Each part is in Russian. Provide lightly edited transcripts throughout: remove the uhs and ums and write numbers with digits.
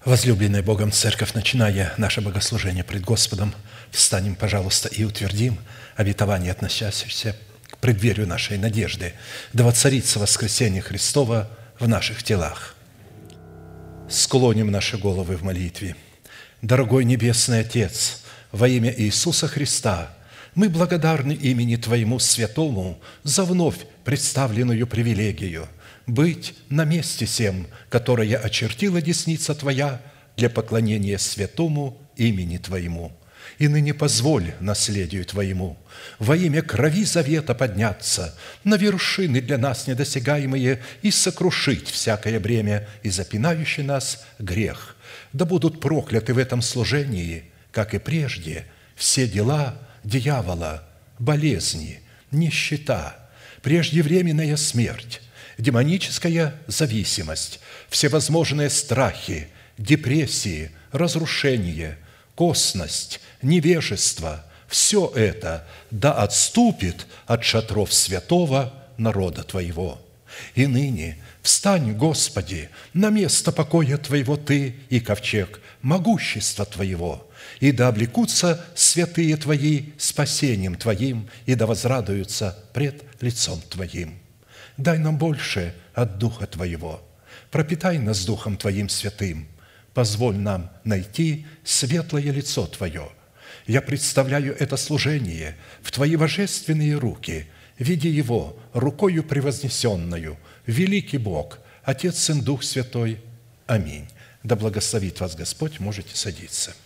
Возлюбленная Богом Церковь, начиная наше богослужение пред Господом, встанем, пожалуйста, и утвердим обетование, относящееся к преддверию нашей надежды, да воцарится воскресение Христова в наших телах. Склоним наши головы в молитве. Дорогой Небесный Отец, во имя Иисуса Христа, мы благодарны имени Твоему Святому за вновь представленную привилегию быть на месте сем, которое очертила десница Твоя для поклонения святому имени Твоему. И ныне позволь наследию Твоему во имя крови завета подняться на вершины для нас недосягаемые и сокрушить всякое бремя и запинающий нас грех. Да будут прокляты в этом служении, как и прежде, все дела дьявола, болезни, нищета, преждевременная смерть, демоническая зависимость, всевозможные страхи, депрессии, разрушение, косность, невежество – все это да отступит от шатров святого народа Твоего. И ныне встань, Господи, на место покоя Твоего Ты и ковчег могущества Твоего, и да облекутся святые Твои спасением Твоим, и да возрадуются пред лицом Твоим. Дай нам больше от Духа Твоего, пропитай нас Духом Твоим святым, позволь нам найти светлое лицо Твое. Я представляю это служение в Твои божественные руки, видя его рукою превознесенную, великий Бог, Отец, Сын, Дух Святой. Аминь. Да благословит вас Господь, можете садиться.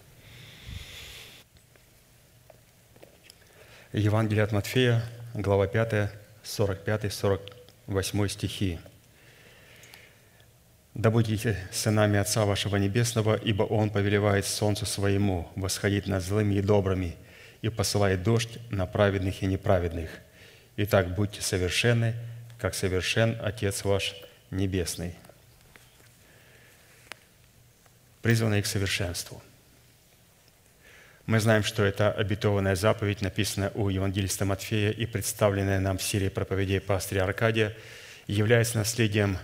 Евангелие от Матфея, глава 5, 45-48 стихи. «Да будете сынами Отца вашего Небесного, ибо Он повелевает солнцу своему восходить над злыми и добрыми и посылает дождь на праведных и неправедных. Итак, будьте совершенны, как совершен Отец ваш Небесный». Призванные к совершенству. Мы знаем, что это обетованная заповедь, написанная у евангелиста Матфея и представленная нам в серии проповедей пастыря Аркадия, является наследием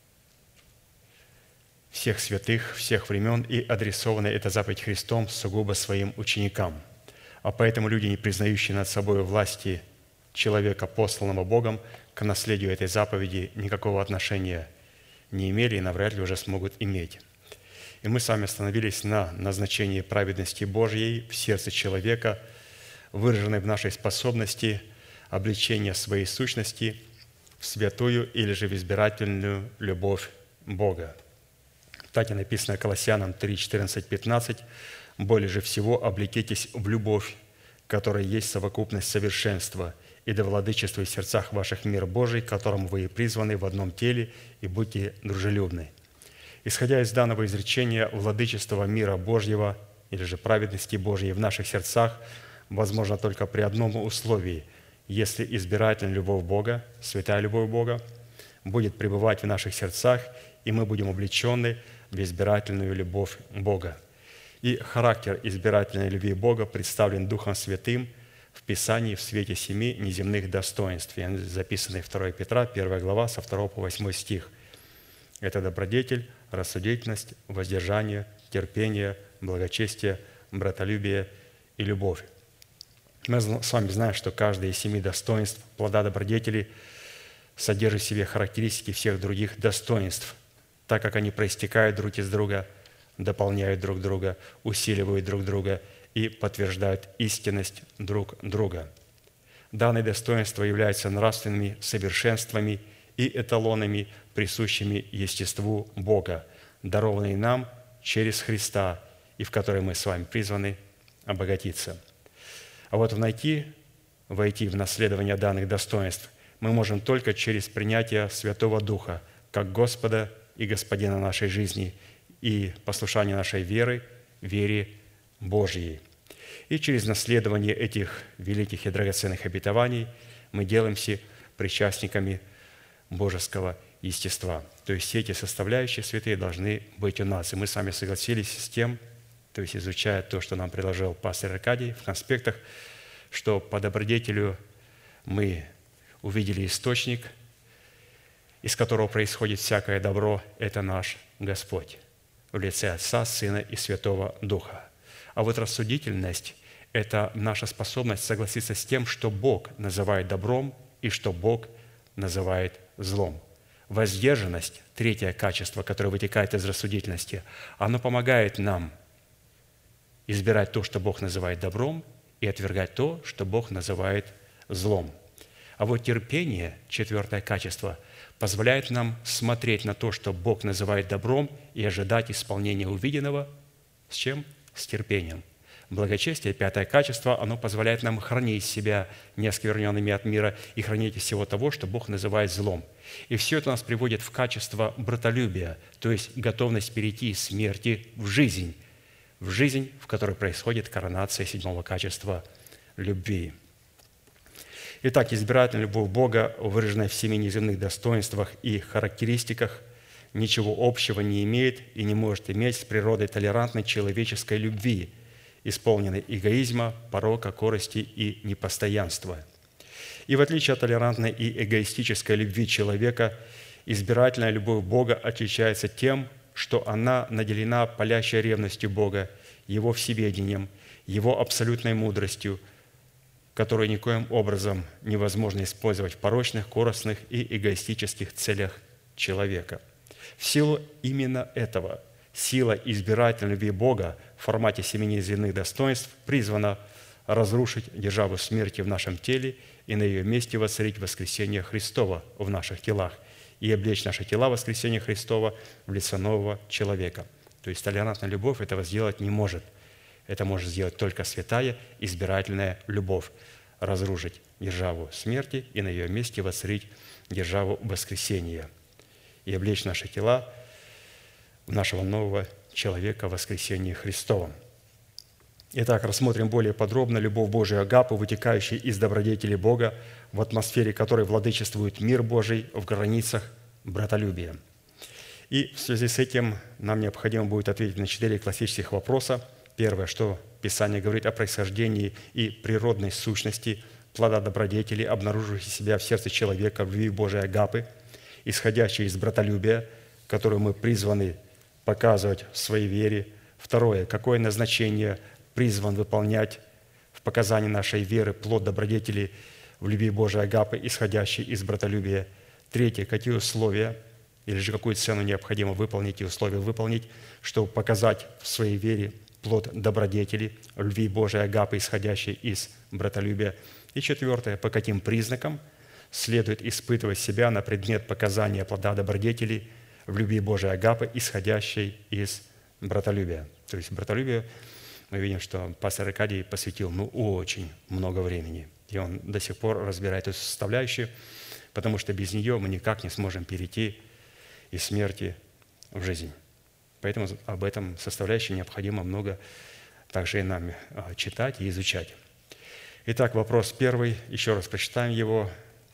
всех святых, всех времен, и адресована эта заповедь Христом сугубо своим ученикам. А поэтому люди, не признающие над собой власти человека, посланного Богом, к наследию этой заповеди никакого отношения не имели и навряд ли уже смогут иметь. И мы с вами остановились на назначении праведности Божьей в сердце человека, выраженной в нашей способности обличения своей сущности в святую или же в избирательную любовь Бога. Так и написано Колоссянам 3, 14, 15. «Более же всего облекитесь в любовь, которая есть совокупность совершенства, и да владычествует в сердцах ваших мир Божий, к которому вы и призваны в одном теле, и будьте дружелюбны». Исходя из данного изречения, владычество мира Божьего или же праведности Божьей в наших сердцах возможно только при одном условии: если избирательная любовь Бога, святая любовь Бога, будет пребывать в наших сердцах, и мы будем облечены в избирательную любовь Бога. И характер избирательной любви Бога представлен Духом Святым в Писании в свете 7 неземных достоинств, записанные 2 Петра, 1 глава, со 2 по 8 стих. Это добродетель, рассудительность, воздержание, терпение, благочестие, братолюбие и любовь. Мы с вами знаем, что каждое из 7 достоинств плода добродетели содержит в себе характеристики всех других достоинств, так как они проистекают друг из друга, дополняют друг друга, усиливают друг друга и подтверждают истинность друг друга. Данные достоинства являются нравственными совершенствами и эталонами, присущими естеству Бога, дарованные нам через Христа, и в которой мы с вами призваны обогатиться. А вот войти в наследование данных достоинств мы можем только через принятие Святого Духа, как Господа и Господина нашей жизни, и послушание нашей вере Божьей. И через наследование этих великих и драгоценных обетований мы делаемся причастниками божеского естества. То есть все эти составляющие святые должны быть у нас. И мы с вами согласились с тем, то есть изучая то, что нам предложил пастор Аркадий в конспектах, что по добродетелю мы увидели источник, из которого происходит всякое добро, это наш Господь. в лице Отца, Сына и Святого Духа. А вот рассудительность – это наша способность согласиться с тем, что Бог называет добром и что Бог называет злом. Воздержанность – третье качество, которое вытекает из рассудительности. Оно помогает нам избирать то, что Бог называет добром, и отвергать то, что Бог называет злом. А вот терпение, четвертое качество, позволяет нам смотреть на то, что Бог называет добром, и ожидать исполнения увиденного с чем? С терпением. Благочестие, пятое качество, оно позволяет нам хранить себя неоскверненными от мира и хранить из всего того, что Бог называет злом. И все это нас приводит в качество братолюбия, то есть готовность перейти из смерти в жизнь, в которой происходит коронация седьмого качества любви. Итак, избирательная любовь Бога, выраженная в 7 неземных достоинствах и характеристиках, ничего общего не имеет и не может иметь с природой толерантной человеческой любви, исполненной эгоизма, порока, корысти и непостоянства. И в отличие от толерантной и эгоистической любви человека, избирательная любовь Бога отличается тем, что она наделена палящей ревностью Бога, Его всеведением, Его абсолютной мудростью, которую никоим образом невозможно использовать в порочных, корыстных и эгоистических целях человека. В силу именно этого сила избирательной любви Бога в формате 7 неземных достоинств призвана разрушить державу смерти в нашем теле и на ее месте воцарить воскресение Христова в наших телах и облечь наши тела воскресения Христова в лице нового человека. То есть толерантная любовь этого сделать не может. Это может сделать только святая избирательная любовь, разрушить державу смерти и на ее месте воцарить державу воскресения и облечь наши тела в нашего нового человека в воскресении Христовом. Итак, рассмотрим более подробно любовь Божию агапы, вытекающую из добродетели Бога, в атмосфере которой владычествует мир Божий в границах братолюбия. И в связи с этим нам необходимо будет ответить на 4 классических вопроса. Первое, что Писание говорит о происхождении и природной сущности плода добродетели, обнаруживающей себя в сердце человека в любви Божией агапы, исходящей из братолюбия, которую мы призваны показывать в своей вере. Второе, какое назначение призван выполнять в показании нашей веры плод добродетели в любви Божией агапы, исходящей из братолюбия. Третье, какие условия или же какую цену необходимо выполнить и условия выполнить, чтобы показать в своей вере плод добродетели, любви Божией агапы, исходящей из братолюбия. И четвертое, по каким признакам следует испытывать себя на предмет показания плода добродетели в любви Божией агапы, исходящей из братолюбия. То есть братолюбие, мы видим, что пастор Аркадий посвятил очень много времени. И он до сих пор разбирает эту составляющую, потому что без нее мы никак не сможем перейти из смерти в жизнь. Поэтому об этом составляющей необходимо много также и нам читать и изучать. Итак, вопрос первый, еще раз прочитаем его.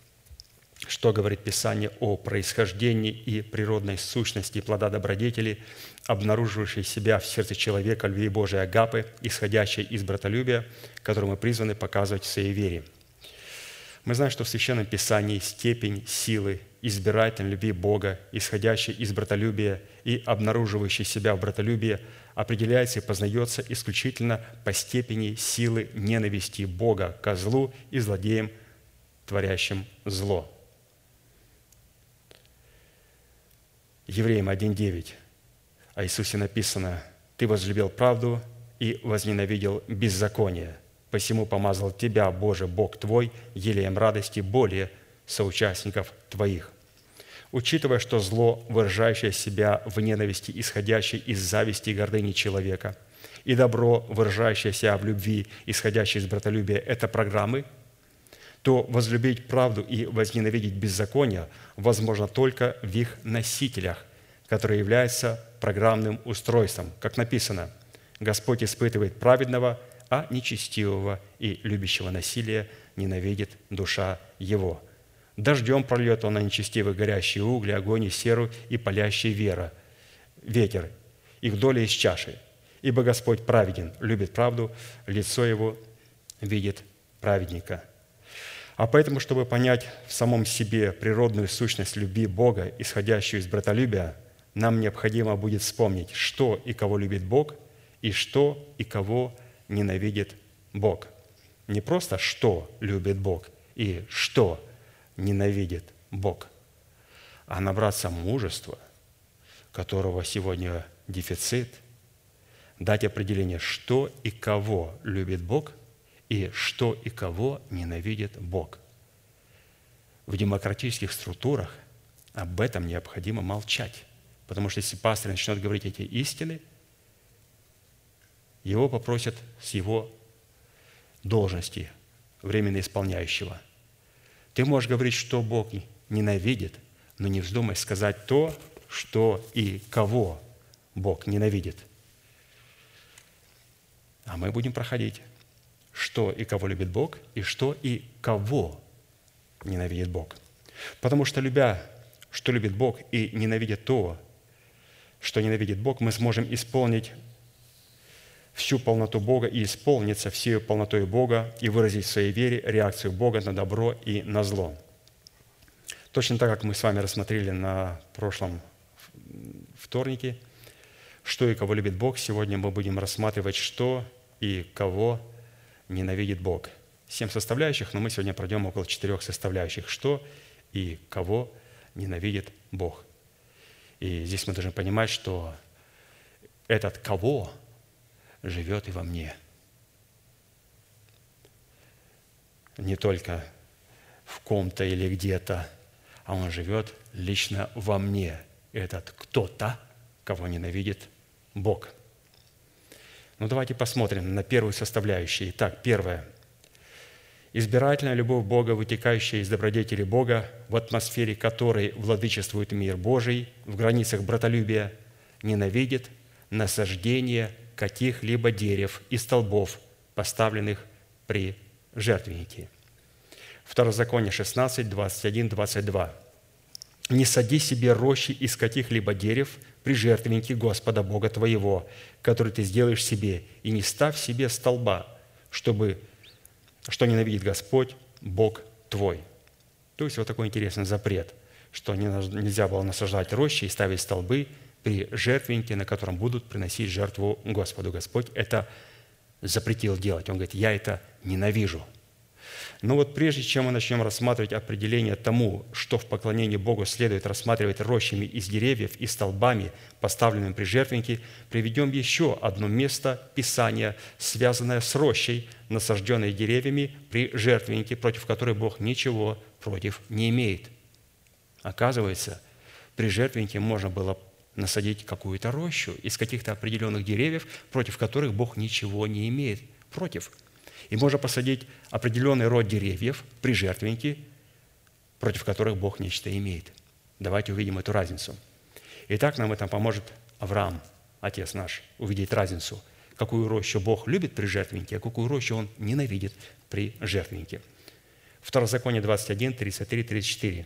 Что говорит Писание о происхождении и природной сущности плода добродетели, обнаруживающей себя в сердце человека любви Божией агапы, исходящей из братолюбия, которую мы призваны показывать в своей вере? Мы знаем, что в Священном Писании степень силы избирательной любви Бога, исходящей из братолюбия и обнаруживающей себя в братолюбии, определяется и познается исключительно по степени силы ненависти Бога ко злу и злодеям, творящим зло. Евреям 1:9 о Иисусе написано: «Ты возлюбил правду и возненавидел беззаконие, посему помазал тебя, Боже, Бог твой, елеем радости более соучастников твоих». Учитывая, что зло, выражающее себя в ненависти, исходящей из зависти и гордыни человека, и добро, выражающее себя в любви, исходящей из братолюбия, это программы, то возлюбить правду и возненавидеть беззаконие возможно только в их носителях, которые являются программным устройством. Как написано: «Господь испытывает праведного, а нечестивого и любящего насилия ненавидит душа его. Дождем прольет он на нечестивых горящие угли, огонь и серу и палящий ветер, их доля из чаши. Ибо Господь праведен, любит правду, лицо его видит праведника». А поэтому, чтобы понять в самом себе природную сущность любви Бога, исходящую из братолюбия, нам необходимо будет вспомнить, что и кого любит Бог, и что и кого ненавидит Бог. Не просто что любит Бог и что ненавидит Бог, а набраться мужества, которого сегодня дефицит, дать определение, что и кого любит Бог и что и кого ненавидит Бог. В демократических структурах об этом необходимо молчать, потому что если пастор начнет говорить эти истины, его попросят с его должности временно исполняющего. Ты можешь говорить, что Бог ненавидит, но не вздумай сказать то, что и кого Бог ненавидит. А мы будем проходить, что и кого любит Бог, и что и кого ненавидит Бог. Потому что, любя, что любит Бог, и ненавидя то, что ненавидит Бог, мы сможем исполнить всю полноту Бога и исполниться всей полнотой Бога и выразить в своей вере реакцию Бога на добро и на зло. Точно так, как мы с вами рассмотрели на прошлом вторнике, что и кого любит Бог, сегодня мы будем рассматривать, что и кого ненавидит Бог. 7 составляющих, но мы сегодня пройдем около 4 составляющих, что и кого ненавидит Бог. И здесь мы должны понимать, что этот кого живет и во мне. Не только в ком-то или где-то, а он живет лично во мне. Этот кто-то, кого ненавидит Бог. Ну, давайте посмотрим на первую составляющую. Итак, первое. Избирательная любовь Бога, вытекающая из добродетели Бога, в атмосфере которой владычествует мир Божий, в границах братолюбия, ненавидит насаждение каких-либо дерев и столбов, поставленных при жертвеннике. Второзаконие 16, 21, 22. «Не сади себе рощи из каких-либо дерев при жертвеннике Господа Бога твоего, который ты сделаешь себе, и не ставь себе столба, что ненавидит Господь, Бог твой». То есть вот такой интересный запрет, что нельзя было насаждать рощи и ставить столбы при жертвеннике, на котором будут приносить жертву Господу. Господь это запретил делать. Он говорит, я это ненавижу. Но вот прежде чем мы начнем рассматривать определение тому, что в поклонении Богу следует рассматривать рощами из деревьев и столбами, поставленными при жертвеннике, приведем еще одно место Писания, связанное с рощей, насажденной деревьями при жертвеннике, против которой Бог ничего против не имеет. Оказывается, при жертвеннике можно было насадить какую-то рощу из каких-то определенных деревьев, против которых Бог ничего не имеет против. И можно посадить определенный род деревьев при жертвеннике, против которых Бог нечто имеет. Давайте увидим эту разницу. Итак, нам в этом поможет Авраам, отец наш, увидеть разницу, какую рощу Бог любит при жертвеннике, а какую рощу Он ненавидит при жертвеннике. Второзаконие 21, 33, 34.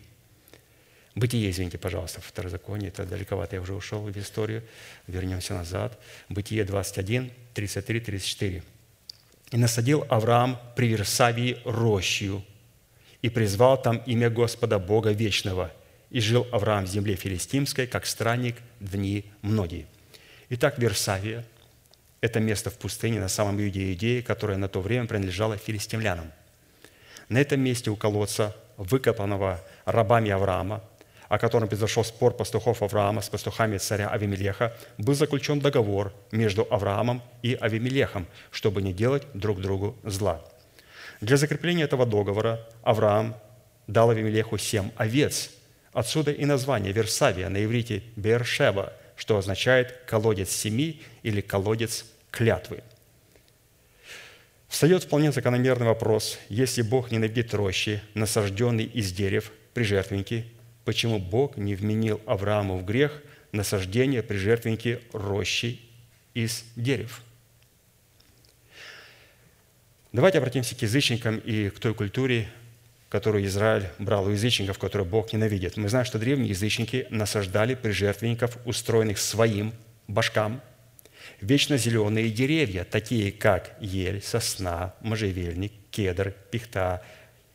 Бытие, извините, пожалуйста, Второзаконие, это далековато, я уже ушел в историю, вернемся назад. Бытие 21, 33, 34. «И насадил Авраам при Вирсавии рощу, и призвал там имя Господа Бога Вечного, и жил Авраам в земле филистимской, как странник дни многие». Итак, Вирсавия – это место в пустыне на самом юге Иудеи, которое на то время принадлежало филистимлянам. На этом месте у колодца, выкопанного рабами Авраама, о котором произошел спор пастухов Авраама с пастухами царя Авимелеха, был заключен договор между Авраамом и Авимелехом, чтобы не делать друг другу зла. Для закрепления этого договора Авраам дал Авимелеху 7 овец. Отсюда и название Вирсавия, на иврите Беэр-Шеба, что означает «колодец семи» или «колодец клятвы». Встает вполне закономерный вопрос: если Бог ненавидит рощи, насажденные из дерев при жертвеннике, почему Бог не вменил Аврааму в грех насаждение при жертвеннике рощи из дерев? Давайте обратимся к язычникам и к той культуре, которую Израиль брал у язычников, которую Бог ненавидит. Мы знаем, что древние язычники насаждали при жертвенниках, устроенных своим башкам, вечно зеленые деревья, такие как ель, сосна, можжевельник, кедр, пихта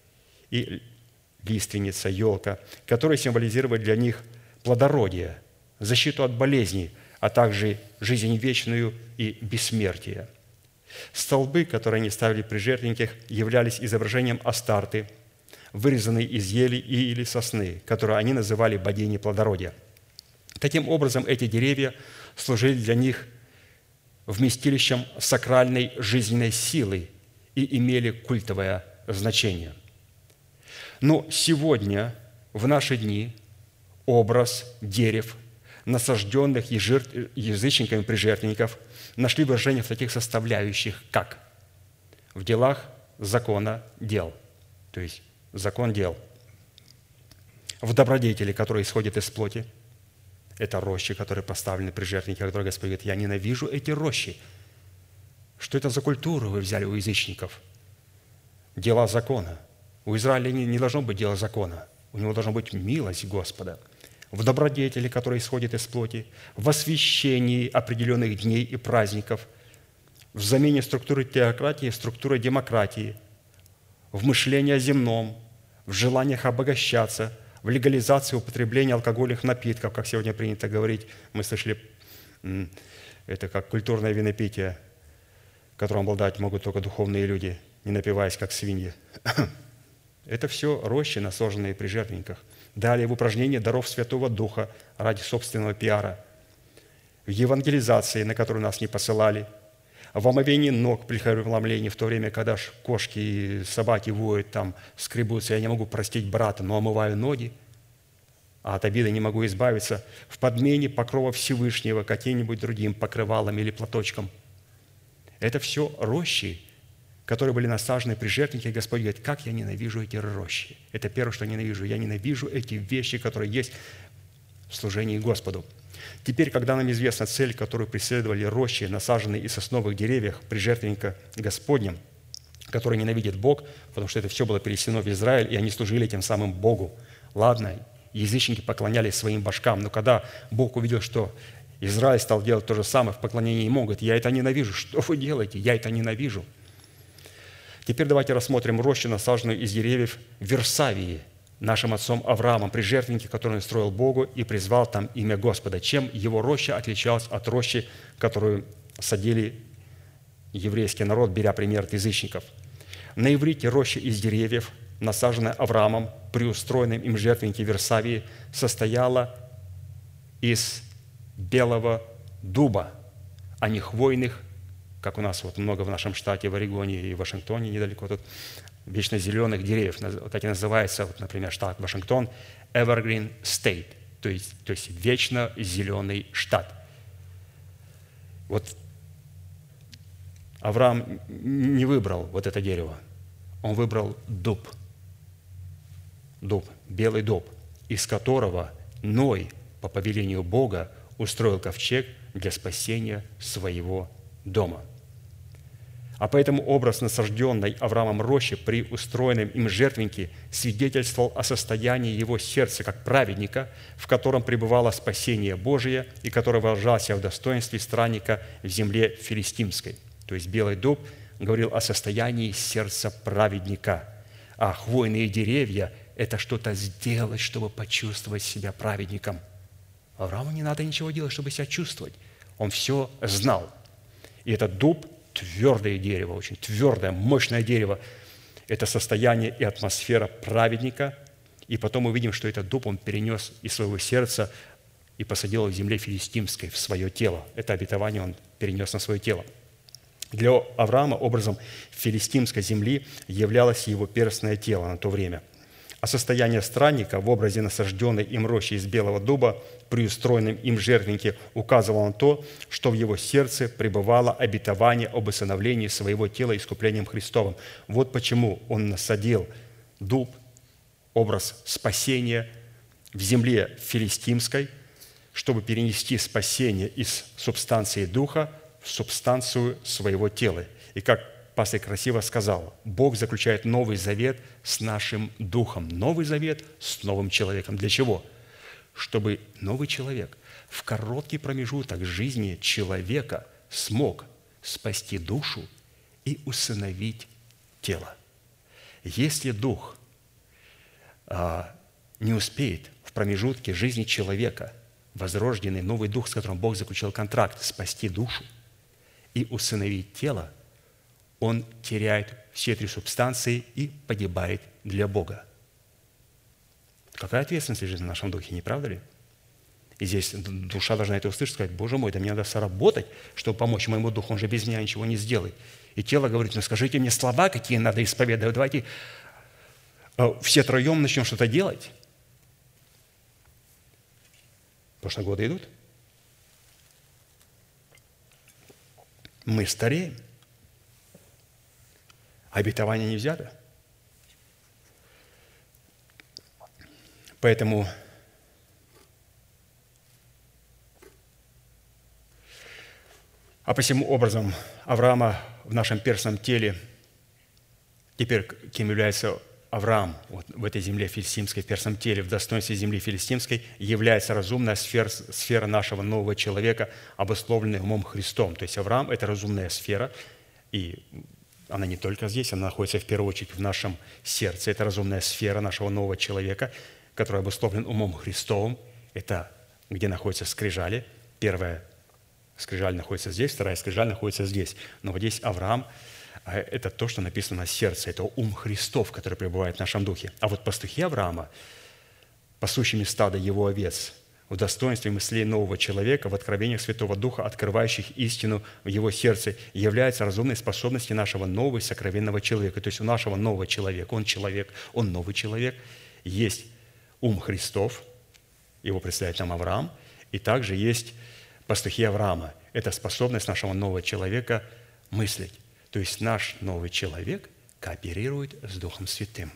и лиственница, елка, которые символизировали для них плодородие, защиту от болезней, а также жизнь вечную и бессмертие. Столбы, которые они ставили при жертвенниках, являлись изображением Астарты, вырезанной из ели или сосны, которую они называли богиней плодородия. Таким образом, эти деревья служили для них вместилищем сакральной жизненной силы и имели культовое значение. Но сегодня, в наши дни, образ дерев, насажденных язычниками при жертвенниках, нашли выражение в таких составляющих, как в делах закона дел, то есть закон дел, в добродетели, которые исходят из плоти, это рощи, которые поставлены при жертвеннике, которые Господь говорит: «Я ненавижу эти рощи». Что это за культуру вы взяли у язычников? Дела закона. У Израиля не должно быть дела закона. У него должна быть милость Господа. В добродетели, которые исходят из плоти, в освящении определенных дней и праздников, в замене структуры теократии структурой демократии, в мышлении о земном, в желаниях обогащаться, в легализации употребления алкогольных напитков, как сегодня принято говорить. Мы слышали, это как культурное винопитие, которым обладать могут только духовные люди, не напиваясь, как свиньи. Это все рощи, насаженные при жертвенниках. Далее в упражнении даров Святого Духа ради собственного пиара, в евангелизации, на которую нас не посылали, в омовении ног при хлебопреломлении, в то время, когда кошки и собаки воют, там скребутся, я не могу простить брата, но омываю ноги, а от обиды не могу избавиться, в подмене покрова Всевышнего каким-нибудь другим покрывалом или платочком. Это все рощи, которые были насажены при жертвеннике, и Господь говорит: как я ненавижу эти рощи. Это первое, что ненавижу. Я ненавижу эти вещи, которые есть в служении Господу. Теперь, когда нам известна цель, которую преследовали рощи, насаженные из сосновых деревьев при жертвеннике Господнем, который ненавидит Бог, потому что это все было перенесено в Израиль, и они служили тем самым Богу. Ладно, язычники поклонялись своим башкам, но когда Бог увидел, что Израиль стал делать то же самое в поклонении ему, говорит: я это ненавижу. Что вы делаете? Я это ненавижу. Теперь давайте рассмотрим рощу, насаженную из деревьев в Версавии, нашим отцом Авраамом, при жертвеннике, который он строил Богу и призвал там имя Господа. Чем его роща отличалась от рощи, которую садили еврейский народ, беря пример от язычников? На иврите роща из деревьев, насаженная Авраамом при устроенном им жертвеннике Версавии, состояла из белого дуба, а не хвойных, как у нас вот много в нашем штате, в Орегоне и в Вашингтоне недалеко тут, вечно зеленых деревьев. Вот так и называется, вот, например, штат Вашингтон, Evergreen State, то есть вечно зеленый штат. Вот Авраам не выбрал вот это дерево, он выбрал дуб, белый дуб, из которого Ной по повелению Бога устроил ковчег для спасения своего дома. А поэтому образ насажденной Авраамом рощи при устроенном им жертвеннике свидетельствовал о состоянии его сердца как праведника, в котором пребывало спасение Божие и который выражался в достоинстве странника в земле филистимской. То есть белый дуб говорил о состоянии сердца праведника, а хвойные деревья – это что-то сделать, чтобы почувствовать себя праведником. Аврааму не надо ничего делать, чтобы себя чувствовать. Он все знал. И этот дуб – твердое дерево, очень твердое, мощное дерево. Это состояние и атмосфера праведника. И потом мы видим, что этот дуб он перенес из своего сердца и посадил в земле филистимской в свое тело. Это обетование он перенес на свое тело. Для Авраама образом филистимской земли являлось его перстное тело на то время. А состояние странника в образе насажденной им рощи из белого дуба при устроенном им жертвеннике указывало на то, что в его сердце пребывало обетование об усыновлении своего тела искуплением Христовым. Вот почему он насадил дуб, образ спасения, в земле филистимской, чтобы перенести спасение из субстанции духа в субстанцию своего тела. И как пастырь красиво сказал: Бог заключает новый завет с нашим духом. Новый завет с новым человеком. Для чего? Чтобы новый человек в короткий промежуток жизни человека смог спасти душу и усыновить тело. Если дух не успеет в промежутке жизни человека возрожденный новый дух, с которым Бог заключил контракт, спасти душу и усыновить тело, он теряет все три субстанции и погибает для Бога. Какая ответственность лежит на нашем духе, не правда ли? И здесь душа должна это услышать, сказать: Боже мой, да мне надо соработать, чтобы помочь моему духу, он же без меня ничего не сделает. И тело говорит: ну скажите мне слова, какие надо исповедовать, давайте все троем начнем что-то делать. Потому что годы идут. Мы стареем. Обетование не взято. Поэтому посему образом Авраама в нашем перстном теле, теперь кем является Авраам вот в этой земле филистимской, в перстном теле, в достоинстве земли филистимской, является разумная сфера нашего нового человека, обусловленная умом Христом. То есть Авраам – это разумная сфера, и она не только здесь, она находится в первую очередь в нашем сердце. Это разумная сфера нашего нового человека, который обусловлен умом Христовым. Это где находятся скрижали. Первая скрижаль находится здесь, вторая скрижаль находится здесь. Но вот здесь Авраам – это то, что написано на сердце. Это ум Христов, который пребывает в нашем духе. А вот пастухи Авраама, пасущими стадо его овец, в достоинстве мыслей нового человека, в откровениях Святого Духа, открывающих истину в его сердце, являются разумной способностью нашего нового и сокровенного человека. То есть у нашего нового человека, он новый человек, есть ум Христов, его представляет нам Авраам, и также есть пастухи Авраама. Это способность нашего нового человека мыслить. То есть наш новый человек кооперирует с Духом Святым.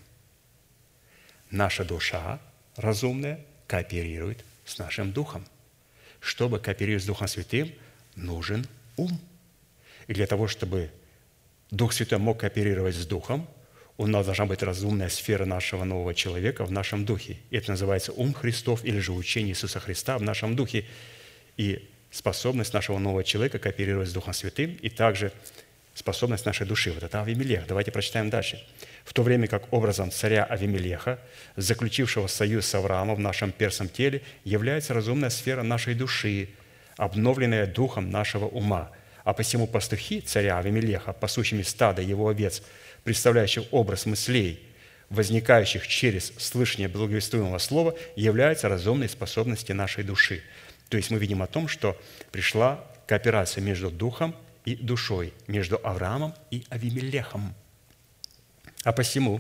Наша душа разумная кооперирует с нашим духом. Чтобы кооперировать с Духом Святым, нужен ум. И для того, чтобы Дух Святой мог кооперировать с Духом, у нас должна быть разумная сфера нашего нового человека в нашем духе. И это называется ум Христов или же учение Иисуса Христа в нашем духе. И способность нашего нового человека кооперировать с Духом Святым, и также способность нашей души. Вот это Авимелех. Давайте прочитаем дальше. «В то время как образом царя Авимелеха, заключившего союз с Авраамом в нашем перстном теле, является разумная сфера нашей души, обновленная духом нашего ума. А посему пастухи царя Авимелеха, пасущими стадо его овец, представляющих образ мыслей, возникающих через слышание благовествуемого слова, являются разумной способностью нашей души». То есть мы видим о том, что пришла кооперация между духом и душой, между Авраамом и Авимелехом. А посему,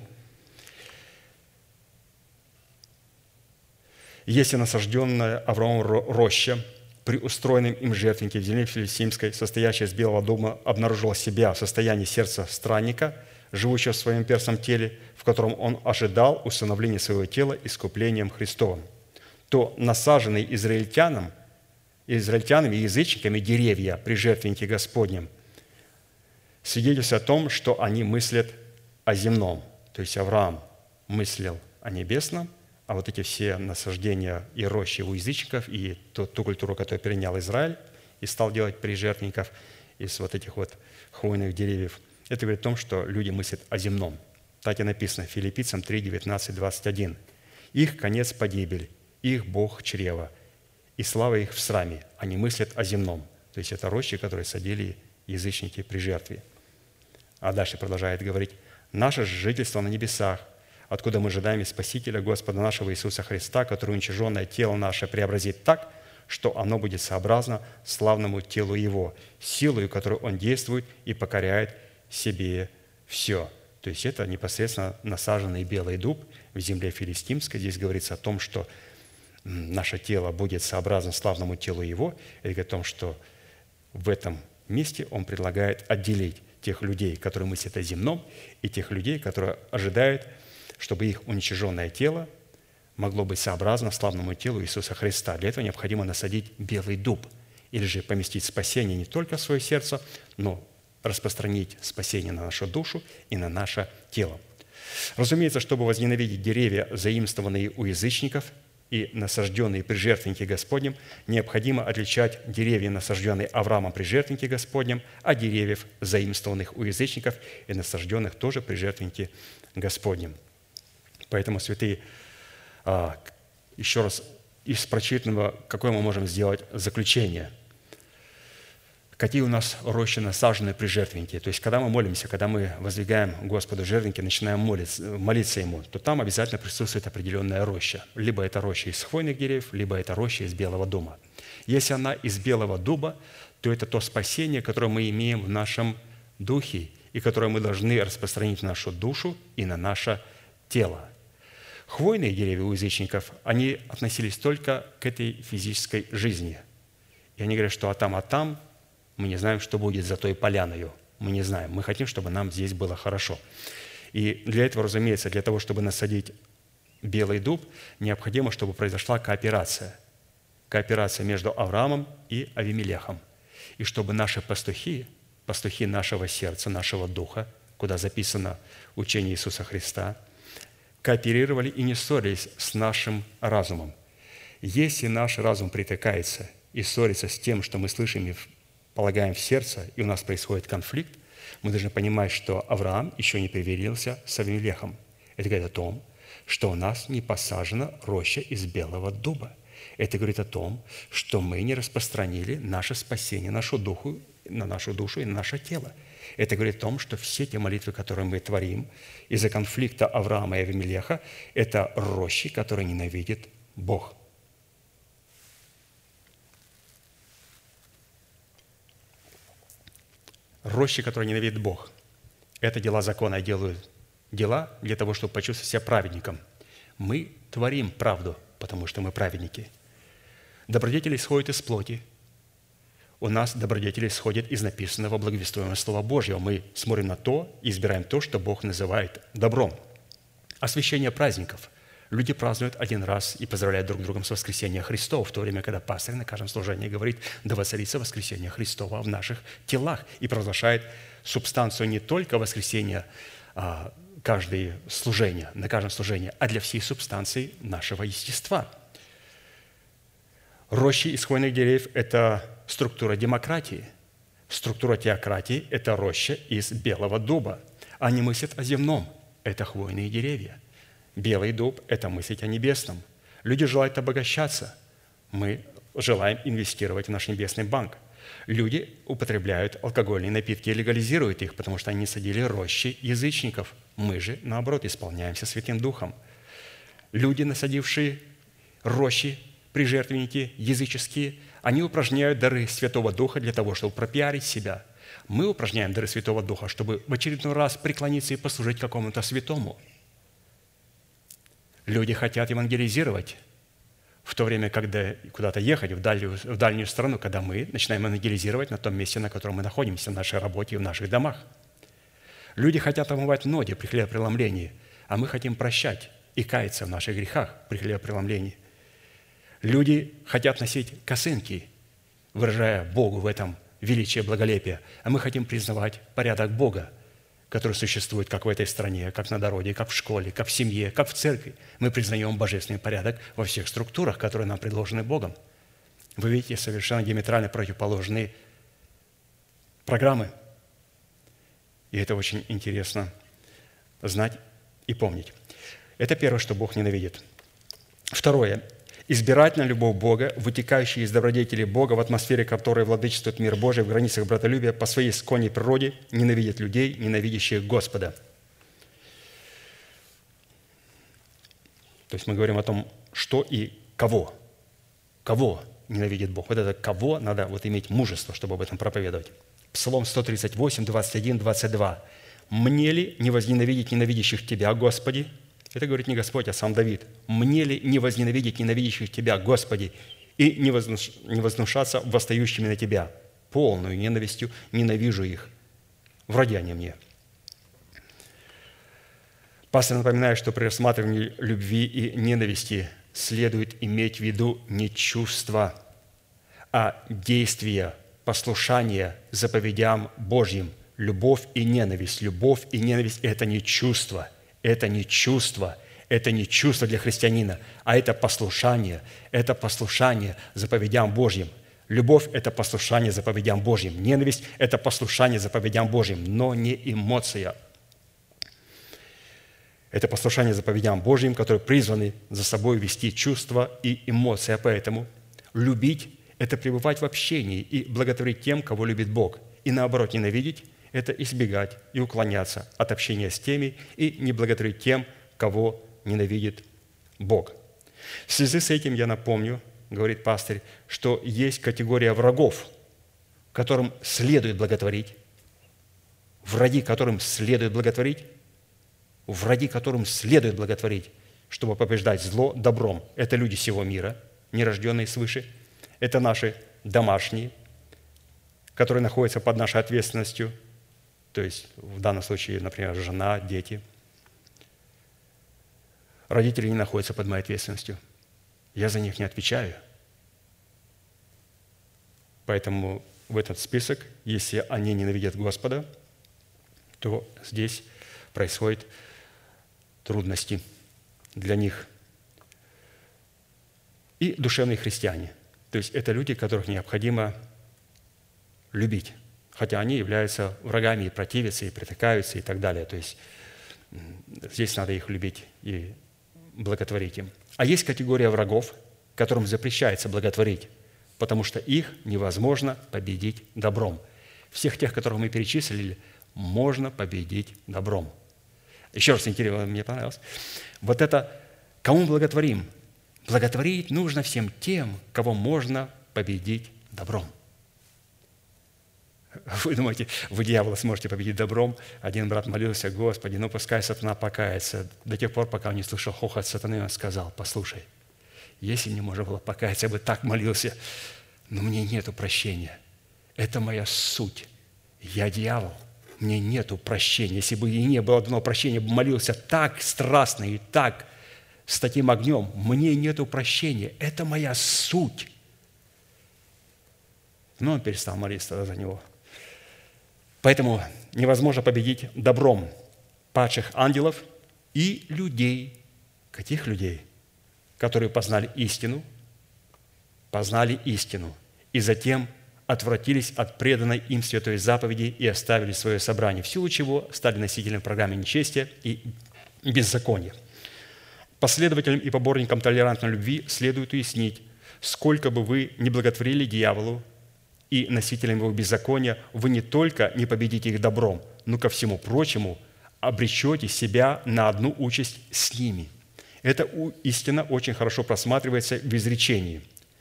если насажденная Авраамом роща при устроенном им жертвеннике в земле филистимской, состоящая из белого дуба, обнаружила себя в состоянии сердца странника, живущего в своем перстном теле, в котором он ожидал усыновления своего тела искуплением Христовым, то насаженные израильтянами и язычниками деревья при жертвеннике Господнем свидетельствуют о том, что они мыслят о земном. То есть Авраам мыслил о небесном, а вот эти все насаждения и рощи у язычников, и ту культуру, которую перенял Израиль и стал делать при жертвенниках из вот этих вот хвойных деревьев, это говорит о том, что люди мыслят о земном. Так и написано в Филиппийцам 3, 19, 21. «Их конец погибель, их Бог чрева, и слава их в сраме, они мыслят о земном». То есть это рощи, которые садили язычники при жертве. А дальше продолжает говорить: «Наше же жительство на небесах, откуда мы ожидаем Спасителя Господа нашего Иисуса Христа, который уничиженное тело наше преобразит так, что оно будет сообразно славному телу Его, силою, которой Он действует и покоряет себе все». То есть это непосредственно насаженный белый дуб в земле филистимской. Здесь говорится о том, что наше тело будет сообразно славному телу Его, и говорит о том, что в этом месте Он предлагает отделить тех людей, которые мыслят о земном, и тех людей, которые ожидают, чтобы их уничиженное тело могло быть сообразно славному телу Иисуса Христа. Для этого необходимо насадить белый дуб, или же поместить спасение не только в свое сердце, но распространить спасение на нашу душу и на наше тело. Разумеется, чтобы возненавидеть деревья, заимствованные у язычников и насажденные при жертвеннике Господнем, необходимо отличать деревья, насажденные Авраамом при жертвеннике Господнем, от деревьев, заимствованных у язычников и насажденных тоже при жертвеннике Господнем. Поэтому, святые, еще раз из прочитанного какое мы можем сделать заключение? Какие у нас рощи насажены при жертвеннике? То есть, когда мы молимся, когда мы воздвигаем Господу жертвенники, начинаем молиться Ему, то там обязательно присутствует определенная роща. Либо это роща из хвойных деревьев, либо это роща из белого дуба. Если она из белого дуба, то это то спасение, которое мы имеем в нашем духе и которое мы должны распространить в нашу душу и на наше тело. Хвойные деревья у язычников, они относились только к этой физической жизни. И они говорят, что а там мы не знаем, что будет за той поляною. Мы не знаем. Мы хотим, чтобы нам здесь было хорошо. И для этого, разумеется, для того, чтобы насадить белый дуб, необходимо, чтобы произошла кооперация. Кооперация между Авраамом и Авимелехом. И чтобы наши пастухи нашего сердца, нашего духа, куда записано учение Иисуса Христа, кооперировали и не ссорились с нашим разумом. Если наш разум притыкается и ссорится с тем, что мы слышим и полагаем в сердце, и у нас происходит конфликт, мы должны понимать, что Авраам еще не примирился с Авимелехом. Это говорит о том, что у нас не посажена роща из белого дуба. Это говорит о том, что мы не распространили наше спасение на нашу душу и на наше тело. Это говорит о том, что все те молитвы, которые мы творим из-за конфликта Авраама и Авимелеха, это рощи, которые ненавидит Бог. Рощи, которые ненавидит Бог, это дела закона. Я делаю дела для того, чтобы почувствовать себя праведником. Мы творим правду, потому что мы праведники. Добродетели исходят из плоти. У нас добродетели исходят из написанного благовествуемого Слова Божьего. Мы смотрим на то и избираем то, что Бог называет добром. Освящение праздников. Люди празднуют один раз и поздравляют друг друга с воскресением Христова, в то время, когда пастырь на каждом служении говорит: «Да воцарится воскресение Христова в наших телах», и провозглашает субстанцию не только воскресения каждое служение, на каждом служении, а для всей субстанции нашего естества. Рощи из хвойных деревьев – это структура демократии. Структура теократии – это роща из белого дуба. Они мыслят о земном – это хвойные деревья. Белый дуб – это мыслить о небесном. Люди желают обогащаться. Мы желаем инвестировать в наш небесный банк. Люди употребляют алкогольные напитки и легализируют их, потому что они садили рощи язычников. Мы же, наоборот, исполняемся Святым Духом. Люди, насадившие рощи при жертвеннике языческие, они упражняют дары Святого Духа для того, чтобы пропиарить себя. Мы упражняем дары Святого Духа, чтобы в очередной раз преклониться и послужить какому-то святому. Люди хотят евангелизировать в то время, когда куда-то ехать в дальнюю страну, когда мы начинаем евангелизировать на том месте, на котором мы находимся, в нашей работе и в наших домах. Люди хотят омывать ноги при хлебопреломлении, а мы хотим прощать и каяться в наших грехах при хлебопреломлении. Люди хотят носить косынки, выражая Богу в этом величие благолепия, а мы хотим признавать порядок Бога, который существует как в этой стране, как на дороге, как в школе, как в семье, как в церкви. Мы признаем божественный порядок во всех структурах, которые нам предложены Богом. Вы видите совершенно диаметрально противоположные программы. И это очень интересно знать и помнить. Это первое, что Бог ненавидит. Второе. Избирательная любовь Бога, вытекающая из добродетели Бога, в атмосфере которой владычествует мир Божий, в границах братолюбия, по своей исконней природе, ненавидит людей, ненавидящих Господа. То есть мы говорим о том, что и кого. Кого ненавидит Бог. Вот это кого надо иметь мужество, чтобы об этом проповедовать. Псалом 138, 21, 22. «Мне ли не возненавидеть ненавидящих Тебя, Господи?» Это говорит не Господь, а сам Давид. «Мне ли не возненавидеть ненавидящих Тебя, Господи, и не вознушаться восстающими на Тебя? Полную ненавистью ненавижу их. Враги они мне». Пастор напоминает, что при рассматривании любви и ненависти следует иметь в виду не чувства, а действия, послушание заповедям Божьим. Любовь и ненависть. Любовь и ненависть – это не чувство. Это не чувство для христианина, а это послушание заповедям Божьим. Любовь – это послушание заповедям Божьим. Ненависть – это послушание заповедям Божьим, но не эмоция. Это послушание заповедям Божьим, которые призваны за собой вести чувства и эмоции. А поэтому любить – это пребывать в общении и благотворить тем, кого любит Бог. И наоборот, ненавидеть – это избегать и уклоняться от общения с теми и не благотворить тем, кого ненавидит Бог. В связи с этим я напомню, говорит пастырь, что есть категория врагов, которым следует благотворить, враги, которым следует благотворить, враги, которым следует благотворить, чтобы побеждать зло добром. Это люди сего мира, нерожденные свыше. Это наши домашние, которые находятся под нашей ответственностью, то есть в данном случае, например, жена, дети. Родители не находятся под моей ответственностью. Я за них не отвечаю. Поэтому в этот список, если они ненавидят Господа, то здесь происходят трудности для них. И душевные христиане. То есть это люди, которых необходимо любить, хотя они являются врагами и противятся, и притыкаются, и так далее. То есть здесь надо их любить и благотворить им. А есть категория врагов, которым запрещается благотворить, потому что их невозможно победить добром. Всех тех, которых мы перечислили, можно победить добром. Еще раз, интересно, мне понравилось. Вот это, кому благотворим? Благотворить нужно всем тем, кого можно победить добром. Вы думаете, вы дьявола сможете победить добром? Один брат молился: Господи, ну пускай сатана покается. До тех пор, пока он не слышал хохот сатаны, он сказал: послушай, если мне можно было покаяться, я бы так молился, но мне нету прощения. Это моя суть. Я дьявол. Мне нету прощения. Если бы и не было одного прощения, бы молился так страстно и так с таким огнем. Мне нету прощения. Это моя суть. Но он перестал молиться за него. Поэтому невозможно победить добром падших ангелов и людей. Каких людей? Которые познали истину, и затем отвратились от преданной им святой заповеди и оставили свое собрание, в силу чего стали носителями программы нечестия и беззакония. Последователям и поборникам толерантной любви следует уяснить, сколько бы вы ни благотворили дьяволу и носителям его беззакония, вы не только не победите их добром, но ко всему прочему обречете себя на одну участь с ними. Эта истина очень хорошо просматривается в изречении.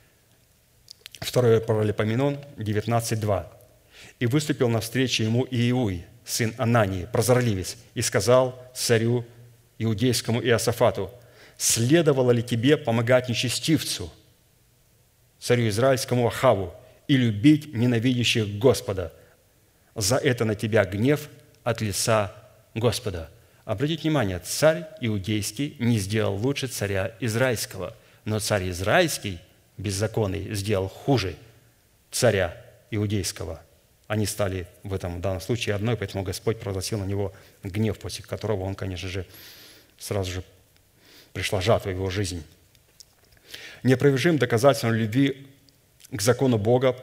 2 Паралипоменон 19:2. «И выступил навстречу ему Иеуй, сын Анании, прозорливец, и сказал царю иудейскому Иосафату: следовало ли тебе помогать нечестивцу, царю израильскому Ахаву, и любить ненавидящих Господа? За это на тебя гнев от лица Господа». Обратите внимание, царь иудейский не сделал лучше царя израильского, но царь израильский, беззаконный, сделал хуже царя иудейского. Они стали в этом данном случае одной, поэтому Господь провозгласил на него гнев, после которого он, конечно же, сразу же пришла жатва в его жизнь. Неопровержимым доказательством любви к закону Бога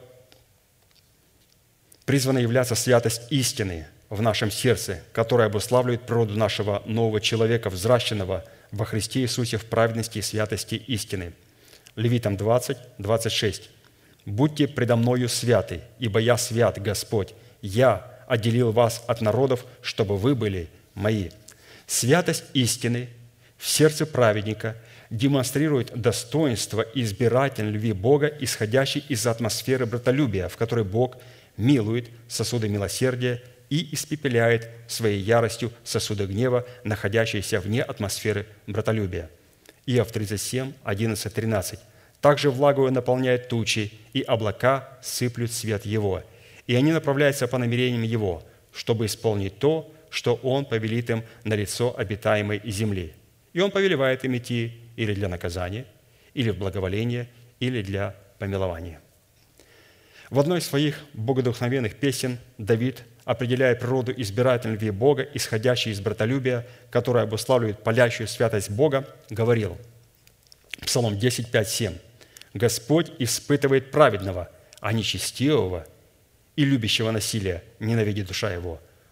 призвана являться святость истины в нашем сердце, которая обуславливает природу нашего нового человека, взращенного во Христе Иисусе в праведности и святости истины. Левитам 20, 26. «Будьте предо мною святы, ибо я свят, Господь. Я отделил вас от народов, чтобы вы были мои». Святость истины в сердце праведника демонстрирует достоинство и избирательной любви Бога, исходящей из атмосферы братолюбия, в которой Бог милует сосуды милосердия и испепеляет своей яростью сосуды гнева, находящиеся вне атмосферы братолюбия. Иов 37, 11, 13. «Также влагою наполняет тучи, и облака сыплют свет его, и они направляются по намерениям его, чтобы исполнить то, что он повелит им на лицо обитаемой земли. И он повелевает им идти или для наказания, или в благоволение, или для помилования». В одной из своих богодухновенных песен Давид, определяя природу избирательной любви Бога, исходящей из братолюбия, которая обуславливает палящую святость Бога, говорил, Псалом 10, 5, 7. «Господь испытывает праведного, а нечестивого и любящего насилия ненавидит душа его.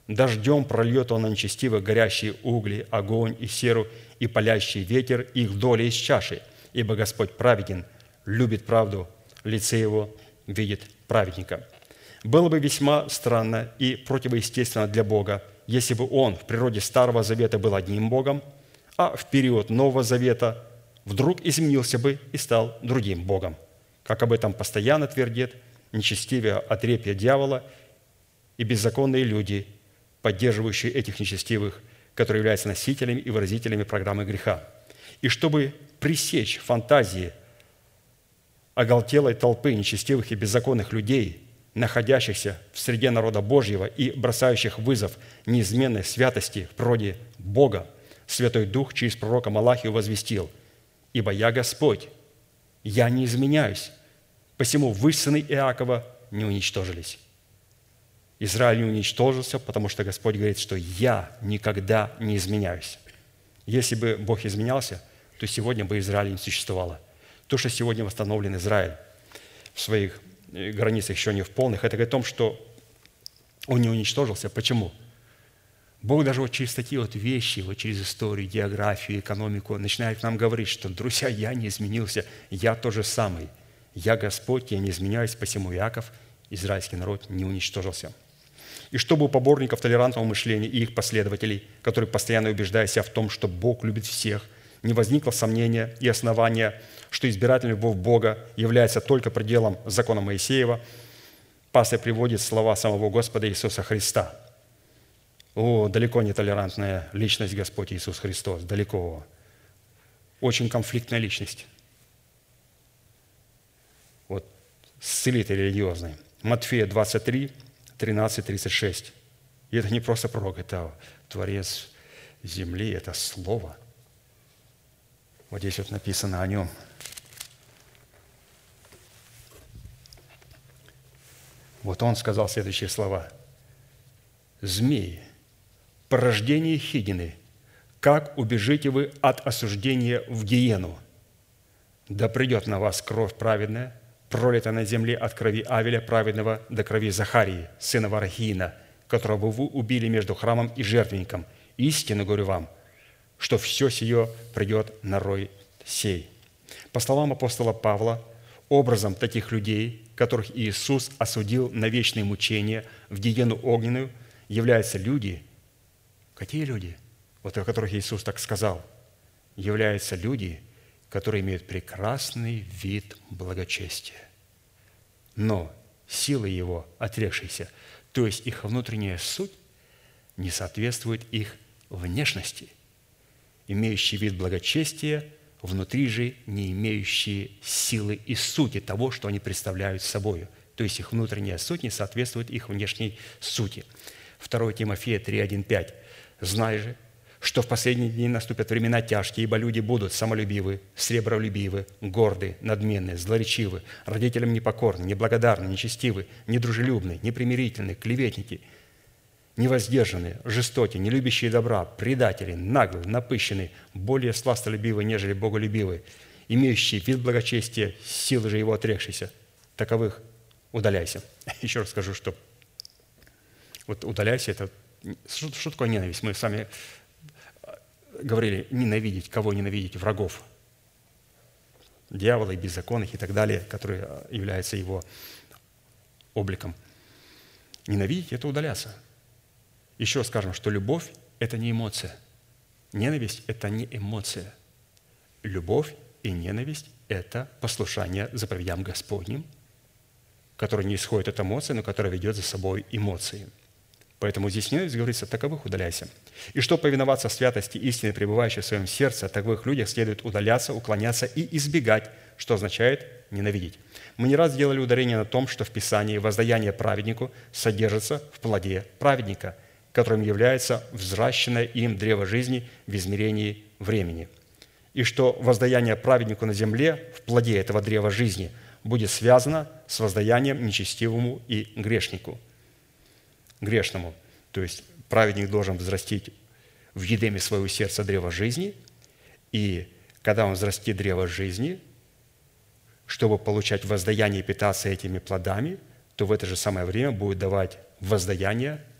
Дождем прольет он на нечестивых горящие угли, огонь и серу, и палящий ветер их доля из чаши. Ибо Господь праведен, любит правду, лице Его видит праведника». Было бы весьма странно и противоестественно для Бога, если бы Он в природе Старого Завета был одним Богом, а в период Нового Завета вдруг изменился бы и стал другим Богом, как об этом постоянно твердит нечестивее отрепье дьявола и беззаконные люди, поддерживающие этих нечестивых, которые являются носителями и выразителями программы греха. И чтобы пресечь фантазии оголтелой толпы нечестивых и беззаконных людей, находящихся в среде народа Божьего и бросающих вызов неизменной святости в природе Бога, Святой Дух через пророка Малахию возвестил: «Ибо я Господь, я не изменяюсь, посему вы, сыны Иакова, не уничтожились». Израиль не уничтожился, потому что Господь говорит, что «я никогда не изменяюсь». Если бы Бог изменялся, то сегодня бы Израиля не существовало. То, что сегодня восстановлен Израиль в своих границах еще не в полных, это говорит о том, что он не уничтожился. Почему? Бог даже вот через такие вот вещи, вот через историю, географию, экономику начинает нам говорить, что, друзья, я не изменился, я тот же самый. Я Господь, я не изменяюсь, посему Иаков, израильский народ, не уничтожился. И чтобы у поборников толерантного мышления и их последователей, которые постоянно убеждают себя в том, что Бог любит всех, не возникло сомнения и основания, что избирательная любовь Бога является только пределом закона Моисеева, пастырь приводит слова самого Господа Иисуса Христа. О, далеко не толерантная личность Господь Иисус Христос, далеко. Очень конфликтная личность. Вот целитель религиозный. Матфея 23, 13, 36. И это не просто пророк, это Творец земли, это Слово. Вот здесь вот написано о нем. Вот он сказал следующие слова. «Змеи, порождение хидины, как убежите вы от осуждения в гиену? Да придет на вас кровь праведная, пролитая на земле от крови Авеля праведного до крови Захарии, сына Варахиина, которого вы убили между храмом и жертвенником. Истинно говорю вам, что все сие придет на рой сей». По словам апостола Павла, образом таких людей, которых Иисус осудил на вечные мучения в гиену огненную, являются люди. Какие люди? Вот о которых Иисус так сказал. Являются люди, которые имеют прекрасный вид благочестия, но силы его отрекшиеся, то есть их внутренняя суть, не соответствует их внешности, имеющий вид благочестия, внутри же не имеющие силы и сути того, что они представляют собой. То есть их внутренняя суть не соответствует их внешней сути. 2 Тимофея 3:1-5. «Знай же, что в последние дни наступят времена тяжкие, ибо люди будут самолюбивы, сребролюбивы, горды, надменны, злоречивы, родителям непокорны, неблагодарны, нечестивы, недружелюбны, непримирительны, клеветники, невоздержанные, жестоки, не любящие добра, предатели, наглые, напыщенные, более сластолюбивые, нежели боголюбивые, имеющие вид благочестия, силы же его отрекшиеся. Таковых удаляйся». Еще раз скажу, что вот удаляйся – это что такое ненависть? Мы с вами говорили ненавидеть. Кого ненавидеть? Врагов. Дьявола и беззаконных и так далее, которые являются его обликом. Ненавидеть – это удаляться. Еще скажем, что любовь – это не эмоция. Ненависть – это не эмоция. Любовь и ненависть – это послушание заповедям Господним, которое не исходит от эмоций, но которое ведет за собой эмоции. Поэтому здесь ненависть говорится: таковых удаляйся. И что повиноваться святости истины, пребывающей в своем сердце, от таковых людях следует удаляться, уклоняться и избегать, что означает ненавидеть. Мы не раз делали ударение на том, что в Писании воздаяние праведнику содержится в плоде праведника, которым является взращенное им древо жизни в измерении времени. И что воздаяние праведнику на земле в плоде этого древа жизни будет связано с воздаянием нечестивому и грешнику. Грешному. То есть праведник должен взрастить в едеме своего сердца древо жизни, и когда он взрастит древо жизни, чтобы получать воздаяние и питаться этими плодами, то в это же самое время будет давать воздаяние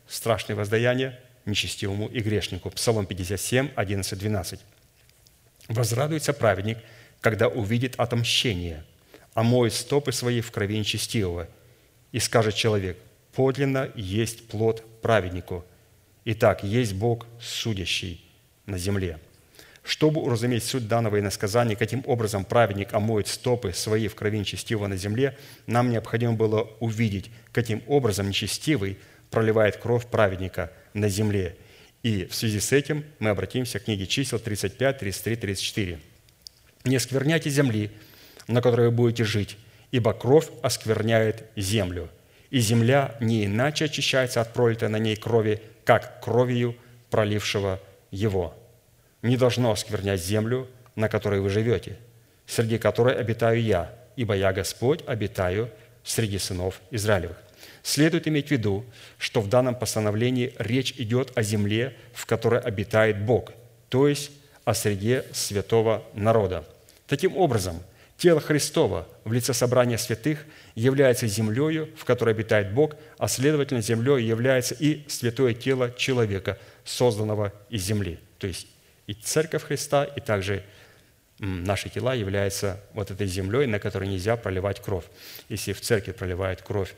страшное воздаяние нечестивому и грешнику. Псалом 57, 11, 12. «Возрадуется праведник, когда увидит отомщение, омоет стопы свои в крови нечестивого. И скажет человек: подлинно есть плод праведнику. Итак, есть Бог судящий на земле». Чтобы уразуметь суть данного иносказания, каким образом праведник омоет стопы свои в крови нечестивого на земле, нам необходимо было увидеть, каким образом нечестивый проливает кровь праведника на земле. И в связи с этим мы обратимся к книге Чисел 35, 33, 34. «Не оскверняйте земли, на которой вы будете жить, ибо кровь оскверняет землю, и земля не иначе очищается от пролитой на ней крови, как кровью пролившего его. Не должно осквернять землю, на которой вы живете, среди которой обитаю я, ибо я, Господь, обитаю среди сынов Израилевых». Следует иметь в виду, что в данном постановлении речь идет о земле, в которой обитает Бог, то есть о среде святого народа. Таким образом, тело Христово в лице собрания святых является землею, в которой обитает Бог, а следовательно, землей является и святое тело человека, созданного из земли. То есть и Церковь Христа, и также наши тела являются вот этой землей, на которой нельзя проливать кровь. Если в церкви проливают кровь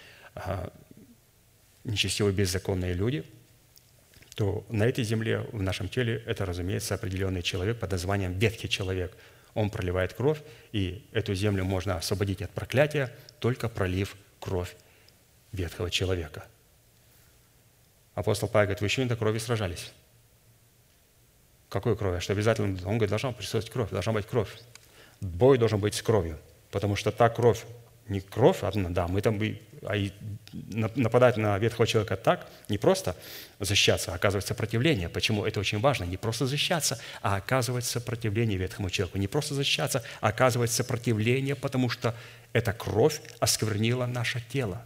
нечестивые беззаконные люди, то на этой земле, в нашем теле, это, разумеется, определенный человек под названием ветхий человек. Он проливает кровь, и эту землю можно освободить от проклятия, только пролив кровь ветхого человека. Апостол Павел говорит: вы еще не до крови сражались. Какой крови? Что обязательно? Он говорит, должна присутствовать кровь, должна быть кровь. Бой должен быть с кровью, потому что та кровь, не кровь одна, да, мы там и нападать на ветхого человека так, не просто защищаться, а оказывать сопротивление. Почему? Это очень важно. Не просто защищаться, а оказывать сопротивление ветхому человеку. Не просто защищаться, а оказывать сопротивление, потому что эта кровь осквернила наше тело.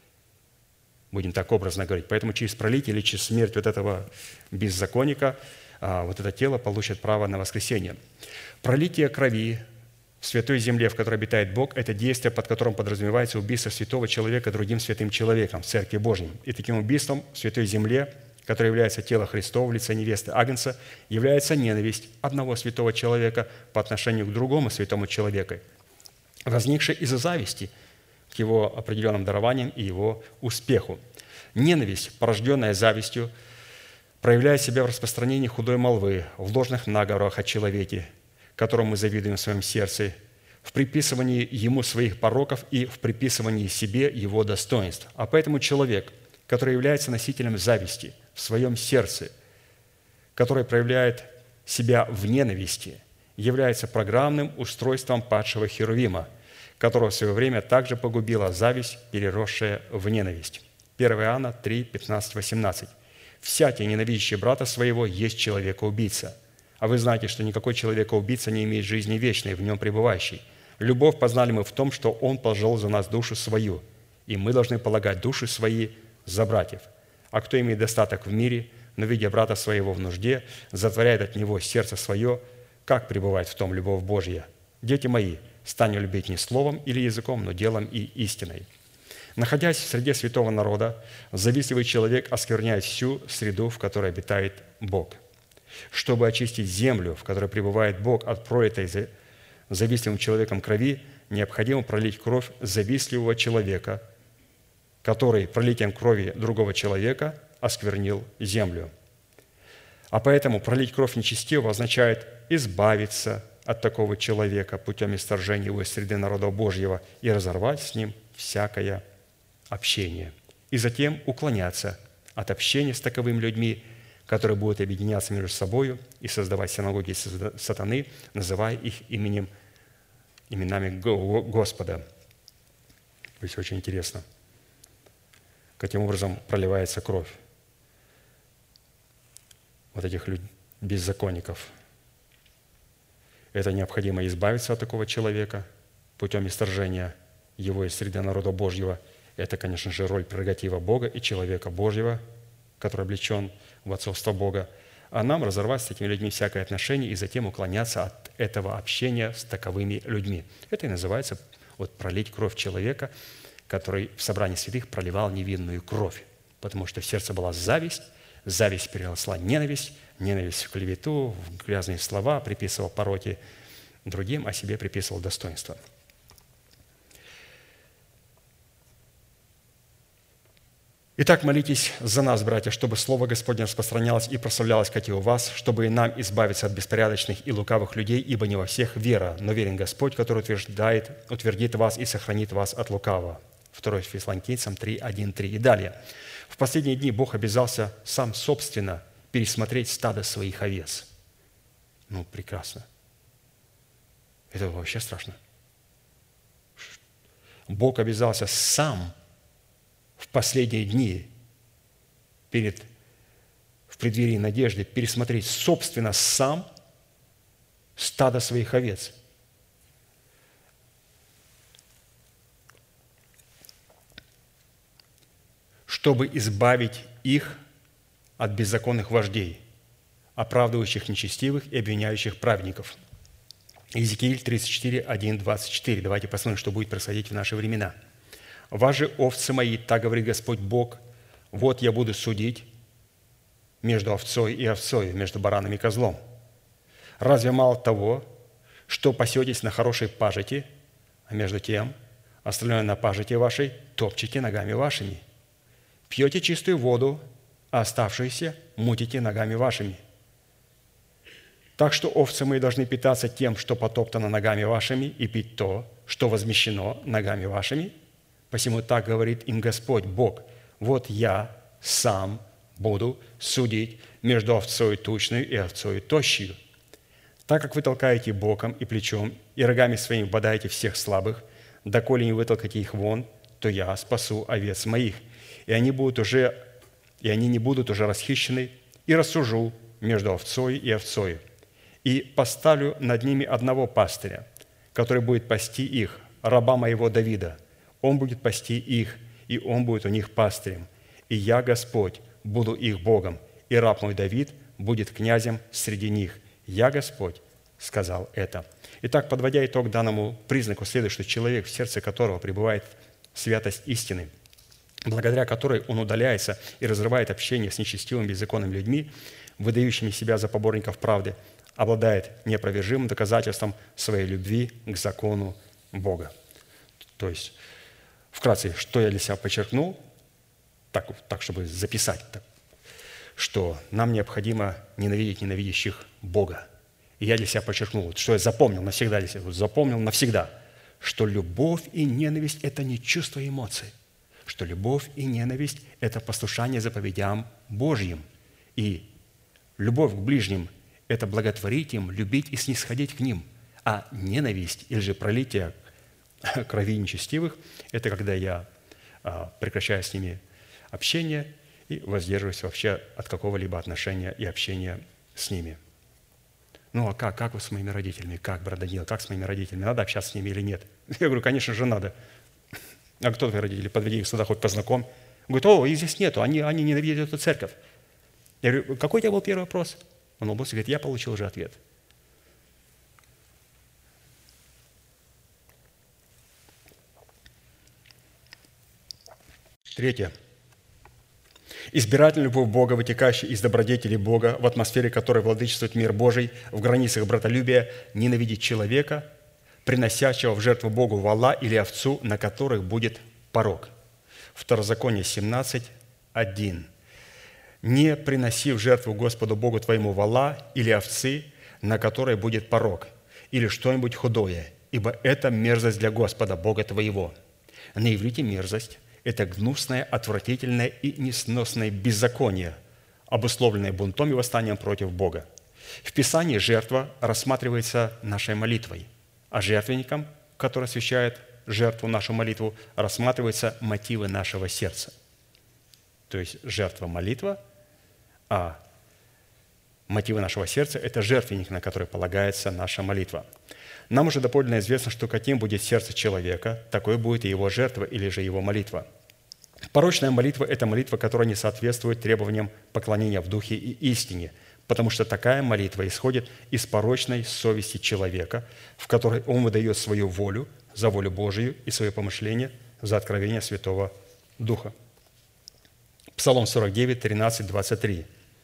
Будем так образно говорить. Поэтому через пролитие или через смерть вот этого беззаконника вот это тело получит право на воскресение. Пролитие крови в святой земле, в которой обитает Бог, это действие, под которым подразумевается убийство святого человека другим святым человеком в Церкви Божьей. И таким убийством в святой земле, которое является тело Христово в лице невесты Агнца, является ненависть одного святого человека по отношению к другому святому человеку, возникшей из-за зависти к его определенным дарованиям и его успеху. Ненависть, порожденная завистью, проявляет себя в распространении худой молвы, в ложных наговорах о человеке, которому мы завидуем в своем сердце, в приписывании ему своих пороков и в приписывании себе его достоинств. А поэтому человек, который является носителем зависти в своем сердце, который проявляет себя в ненависти, является программным устройством падшего Херувима, которого в свое время также погубила зависть, переросшая в ненависть. 1 Иоанна 3, 15, 18. «Всякий, ненавидящий брата своего, есть человека-убийца. А вы знаете, что никакой человека-убийца не имеет жизни вечной, в нем пребывающей. Любовь познали мы в том, что Он положил за нас душу свою, и мы должны полагать души свои за братьев. А кто имеет достаток в мире, но, видя брата своего в нужде, затворяет от него сердце свое, как пребывает в том любовь Божья? Дети мои, станем любить не словом или языком, но делом и истиной». Находясь в среде святого народа, завистливый человек оскверняет всю среду, в которой обитает Бог. Чтобы очистить землю, в которой пребывает Бог, от пролитой завистливым человеком крови, необходимо пролить кровь завистливого человека, который пролитием крови другого человека осквернил землю. А поэтому пролить кровь нечестивого означает избавиться от такого человека путем исторжения его из среды народа Божьего и разорвать с ним всякое общение. И затем уклоняться от общения с таковыми людьми, которые будут объединяться между собой и создавать синагоги сатаны, называя их именами Господа. То есть очень интересно, каким образом проливается кровь вот этих беззаконников. Это необходимо избавиться от такого человека путем исторжения его из среды народа Божьего. Это, конечно же, роль прерогатива Бога и человека Божьего, который облечен в отцовство Бога. А нам разорвать с этими людьми всякое отношение и затем уклоняться от этого общения с таковыми людьми. Это и называется пролить кровь человека, который в собрании святых проливал невинную кровь. потому что в сердце была зависть, зависть переросла ненависть, ненависть в клевету, в грязные слова, приписывал пороки другим, а себе приписывал достоинство. Итак, молитесь за нас, братья, чтобы Слово Господне распространялось и прославлялось, как и у вас, чтобы и нам избавиться от беспорядочных и лукавых людей, ибо не во всех вера, но верен Господь, который утвердит вас и сохранит вас от лукавого. 2 Фессалоникийцам 3:1-3. И далее. В последние дни Бог обязался сам собственно пересмотреть стадо своих овец. Ну, прекрасно. Это вообще страшно. Бог обязался сам в последние дни в преддверии надежды пересмотреть собственно сам стадо своих овец. Чтобы избавить их от беззаконных вождей, оправдывающих нечестивых и обвиняющих праведников. Иезекииль 34:1-24. Давайте посмотрим, что будет происходить в наши времена. «Вас же, овцы мои, так говорит Господь Бог, вот я буду судить между овцой и овцой, между бараном и козлом. Разве мало того, что пасетесь на хорошей пажити, а между тем остальное на пажити вашей топчете ногами вашими? Пьете чистую воду, а оставшиеся мутите ногами вашими. Так что овцы мои должны питаться тем, что потоптано ногами вашими, и пить то, что возмещено ногами вашими. Посему так говорит им Господь, Бог, вот я сам буду судить между овцой тучной и овцой тощей. Так как вы толкаете боком и плечом, и рогами своими бодаете всех слабых, доколе не вытолкаете их вон, то я спасу овец моих, и они не будут уже расхищены, и рассужу между овцой и овцой, и поставлю над ними одного пастыря, который будет пасти их, раба моего Давида. Он будет пасти их, и он будет у них пастырем. И я, Господь, буду их Богом, и раб мой Давид будет князем среди них. Я, Господь, сказал это». Итак, подводя итог данному признаку, следует, что человек, в сердце которого пребывает святость истины, благодаря которой он удаляется и разрывает общение с нечестивыми, беззаконными людьми, выдающими себя за поборников правды, обладает неопровержимым доказательством своей любви к закону Бога. То есть, вкратце, что я для себя подчеркнул, так чтобы записать, что нам необходимо ненавидеть ненавидящих Бога. И я для себя подчеркнул, что я запомнил навсегда, что любовь и ненависть – это не чувство и эмоции, что любовь и ненависть – это послушание заповедям Божьим. И любовь к ближним – это благотворить им, любить и снисходить к ним. А ненависть или же пролитие крови нечестивых – это когда я прекращаю с ними общение и воздерживаюсь вообще от какого-либо отношения и общения с ними. Ну а как вы с моими родителями? Как, брат Даниил, как с моими родителями? Надо общаться с ними или нет? Я говорю, конечно же, надо. А кто твои родители? Подведи их сюда, хоть познакомь. Он говорит, их здесь нету, они ненавидят эту церковь. Я говорю, какой у тебя был первый вопрос? Он улыбнулся и говорит, я получил уже ответ. Третье. Избирательная любовь Бога, вытекающая из добродетели Бога, в атмосфере которой владычествует мир Божий, в границах братолюбия, ненавидеть человека, приносящего в жертву Богу вола или овцу, на которых будет порок. Второзаконие 17:1. «Не приноси в жертву Господу Богу твоему вола или овцы, на которой будет порок, или что-нибудь худое, ибо это мерзость для Господа Бога твоего». На иврите мерзость – это гнусное, отвратительное и несносное беззаконие, обусловленное бунтом и восстанием против Бога. В Писании жертва рассматривается нашей молитвой, а жертвенником, который освящает жертву, нашу молитву, рассматриваются мотивы нашего сердца. То есть жертва – молитва, а мотивы нашего сердца – это жертвенник, на который полагается наша молитва. Нам уже доподлинно известно, что каким будет сердце человека, такой будет и его жертва или же его молитва. Порочная молитва – это молитва, которая не соответствует требованиям поклонения в духе и истине, потому что такая молитва исходит из порочной совести человека, в которой он выдает свою волю за волю Божию и свое помышление за откровение Святого Духа. Псалом 49, 13, 23.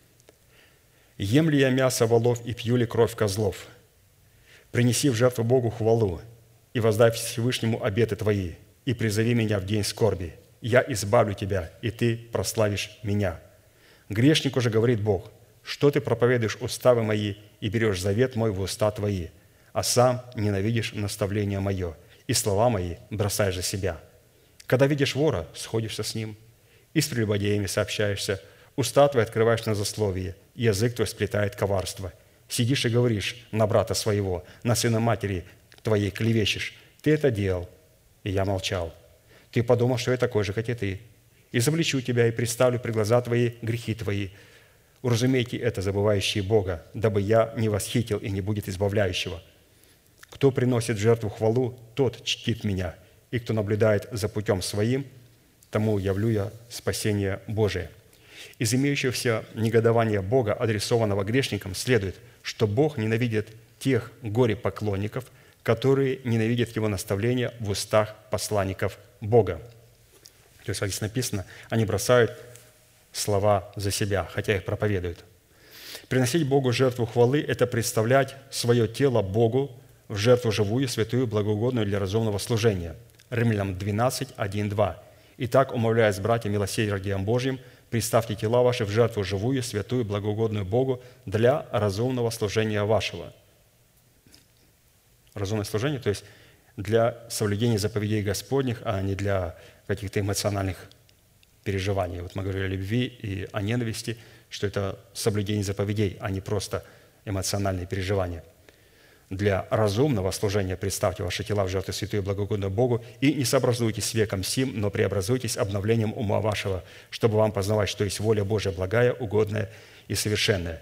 «Ем ли я мясо волов и пью ли кровь козлов? Принеси в жертву Богу хвалу и воздай Всевышнему обеты твои, и призови меня в день скорби. Я избавлю тебя, и ты прославишь меня». Грешнику же говорит Бог: «Что ты проповедуешь уставы мои и берешь завет мой в уста твои, а сам ненавидишь наставление мое, и слова мои бросаешь за себя? Когда видишь вора, сходишься с ним, и с прелюбодеями сообщаешься, уста твои открываешь на злословие, и язык твой сплетает коварство. Сидишь и говоришь на брата своего, на сына матери твоей клевещешь. Ты это делал, и я молчал. Ты подумал, что я такой же, как и ты. Изобличу тебя и представлю пред глаза твои грехи твои. Уразумейте это, забывающие Бога, дабы я не восхитил и не будет избавляющего. Кто приносит в жертву хвалу, тот чтит меня, и кто наблюдает за путем своим, тому явлю я спасение Божие». Из имеющегося негодования Бога, адресованного грешникам, следует, что Бог ненавидит тех горе-поклонников, которые ненавидят Его наставления в устах посланников Бога. То есть, как здесь написано, они бросают слова за себя, хотя их проповедуют. Приносить Богу жертву хвалы – это представлять свое тело Богу в жертву живую, святую, благоугодную для разумного служения. Римлянам 12, 1, 2. «Итак, умовляясь, братья, милосердием Божьим, представьте тела ваши в жертву живую, святую, благоугодную Богу для разумного служения вашего». Разумное служение, то есть для соблюдения заповедей Господних, а не для каких-то эмоциональных переживаний. Вот мы говорили о любви и о ненависти, что это соблюдение заповедей, а не просто эмоциональные переживания. Для разумного служения представьте ваши тела в жертву святую и благоугодную Богу, и не сообразуйтесь с веком сим, но преобразуйтесь обновлением ума вашего, чтобы вам познавать, что есть воля Божия благая, угодная и совершенная.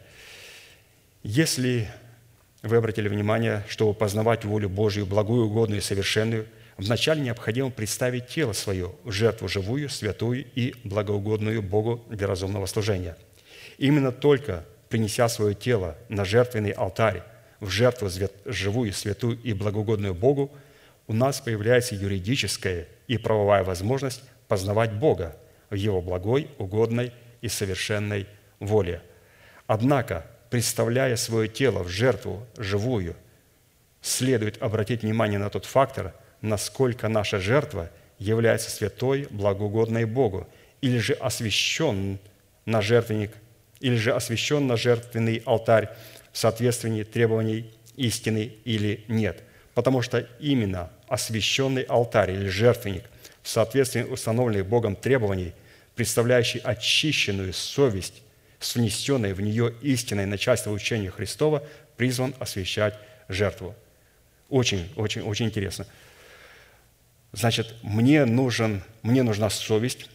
Если вы обратили внимание, чтобы познавать волю Божию, благую, угодную и совершенную, вначале необходимо представить тело свое в жертву живую, святую и благоугодную Богу для разумного служения. Именно только принеся свое тело на жертвенный алтарь, в жертву живую, святую и благоугодную Богу, у нас появляется юридическая и правовая возможность познавать Бога в Его благой, угодной и совершенной воле. Однако, представляя свое тело в жертву живую, следует обратить внимание на тот фактор, насколько наша жертва является святой, благоугодной Богу, или же освящен на жертвенный алтарь в соответствии требований истины или нет. Потому что именно освященный алтарь или жертвенник в соответствии установленных Богом требований, представляющий очищенную совесть с внесенной в нее истинной начальство учения Христова, призван освящать жертву. Очень, очень, очень интересно. Значит, мне нужна совесть,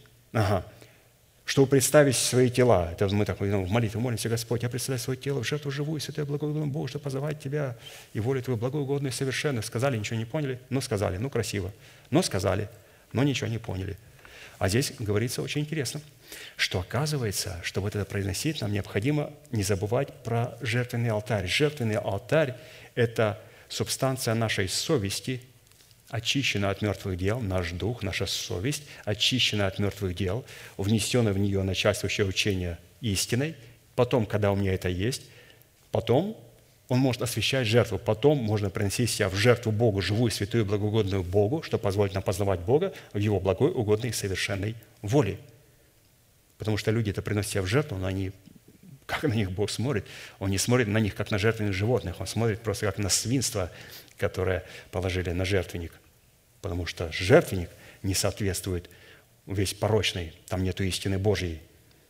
чтобы представить свои тела. Это мы так в молитве молимся: «Господь, я представляю свое тело в жертву живую, святую, благоугодную Богу, чтобы познавать Тебя и волю Твою благоугодную и совершенную». Сказали, ничего не поняли? Ну, сказали, ну, красиво. Но сказали, но ничего не поняли. А здесь говорится очень интересно, что оказывается, чтобы это произносить, нам необходимо не забывать про жертвенный алтарь. Жертвенный алтарь – это субстанция нашей совести, очищена от мертвых дел, наш дух, наша совесть, очищена от мертвых дел, внесено в нее начальствующее учение истиной. Потом, когда у меня это есть, потом он может освящать жертву, потом можно принести себя в жертву Богу, живую, святую, благоугодную Богу, что позволит нам познавать Бога в Его благой, угодной и совершенной воле. Потому что люди это приносят себя в жертву, но они, как на них Бог смотрит? Он не смотрит на них, как на жертвенных животных, Он смотрит просто как на свинство, которое положили на жертвенник. Потому что жертвенник не соответствует весь порочный, там нету истины Божьей.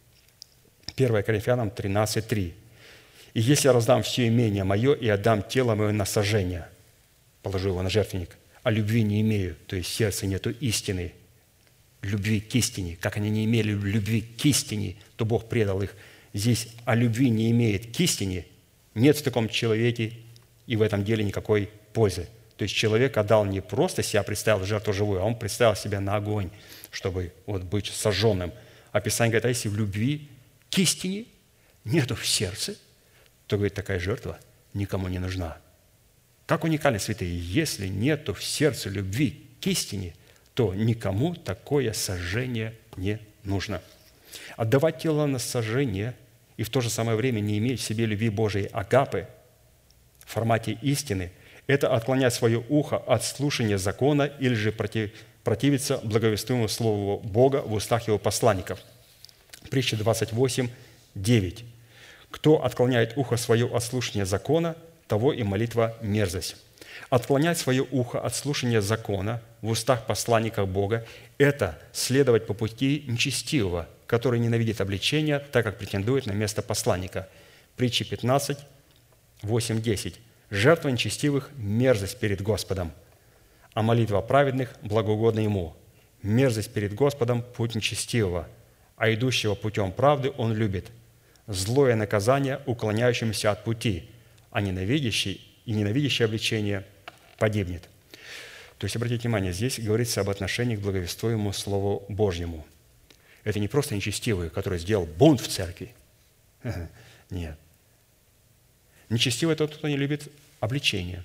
1 Коринфянам 13:3. «И если я раздам все имение мое и отдам тело мое на сожжение», положу его на жертвенник, «а любви не имею», то есть в сердце нету истины, любви к истине, как они не имели любви к истине, то Бог предал их. Здесь «а любви не имеет к истине», нет в таком человеке и в этом деле никакой пользы. То есть человек отдал не просто себя, представил в жертву живую, а он представил себя на огонь, чтобы быть сожженным. А Писание говорит, а если в любви к истине нету в сердце, то, говорит, такая жертва никому не нужна. Как уникальны святые! Если нету в сердце любви к истине, то никому такое сожжение не нужно. Отдавать тело на сожжение и в то же самое время не иметь в себе любви Божией агапы в формате истины – это отклонять свое ухо от слушания закона или же противиться благовествуемому Слову Бога в устах Его посланников. Притча 28, 9. «Кто отклоняет ухо свое от слушания закона, того и молитва мерзость». Отклонять свое ухо от слушания закона в устах посланников Бога – это следовать по пути нечестивого, который ненавидит обличения, так как претендует на место посланника. Притча 15, 8, 10. «Жертва нечестивых – мерзость перед Господом, а молитва праведных – благоугодна Ему. Мерзость перед Господом – путь нечестивого, а идущего путем правды Он любит. Злое наказание уклоняющимся от пути, а ненавидящий обличение погибнет». То есть, обратите внимание, здесь говорится об отношении к благовествуемому Слову Божьему. Это не просто нечестивый, который сделал бунт в церкви. Нет. Нечестивый – тот, кто не любит обличение.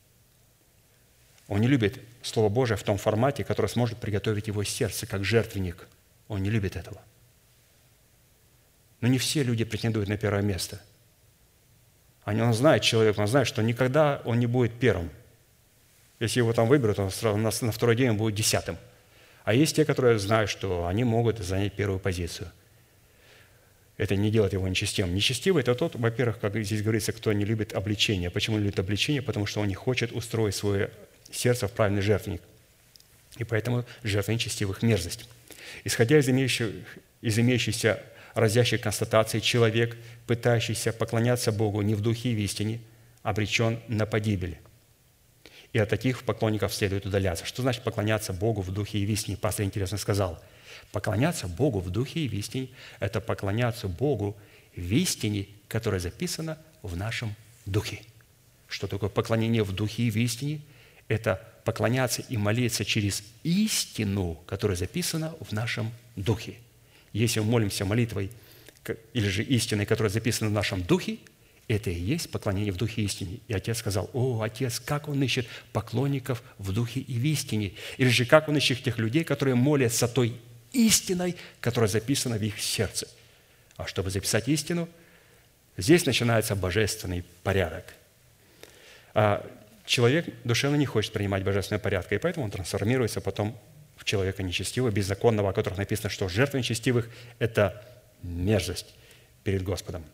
Он не любит Слово Божие в том формате, который сможет приготовить его сердце, как жертвенник. Он не любит этого. Но не все люди претендуют на первое место. Он знает, человек, он знает, что никогда он не будет первым. Если его там выберут, он сразу на второй день он будет 10-м. А есть те, которые знают, что они могут занять первую позицию. Это не делает его нечестивым. Нечестивый – это тот, во-первых, как здесь говорится, кто не любит обличение. Почему не любит обличение? Потому что он не хочет устроить свое сердце в правильный жертвенник. И поэтому жертва нечестивых – мерзость. Исходя из имеющейся разящей констатации, человек, пытающийся поклоняться Богу не в духе и в истине, обречен на погибель. И от таких поклонников следует удаляться. Что значит поклоняться Богу в духе и в истине? Пастор интересно сказал. Поклоняться Богу в духе и в истине – это поклоняться Богу в истине, которая записана в нашем духе. Что такое поклонение в духе и в истине? Это поклоняться и молиться через истину, которая записана в нашем духе. Если мы молимся молитвой или же истиной, которая записана в нашем духе, это и есть поклонение в духе и истине. И отец сказал: «О, отец, как он ищет поклонников в духе и в истине!» Или же как он ищет тех людей, которые молятся той истиной, которая записана в их сердце. А чтобы записать истину, здесь начинается божественный порядок. А человек душевно не хочет принимать божественный порядок, и поэтому он трансформируется потом в человека нечестивого, беззаконного, о котором написано, что жертва нечестивых – это мерзость перед Господом.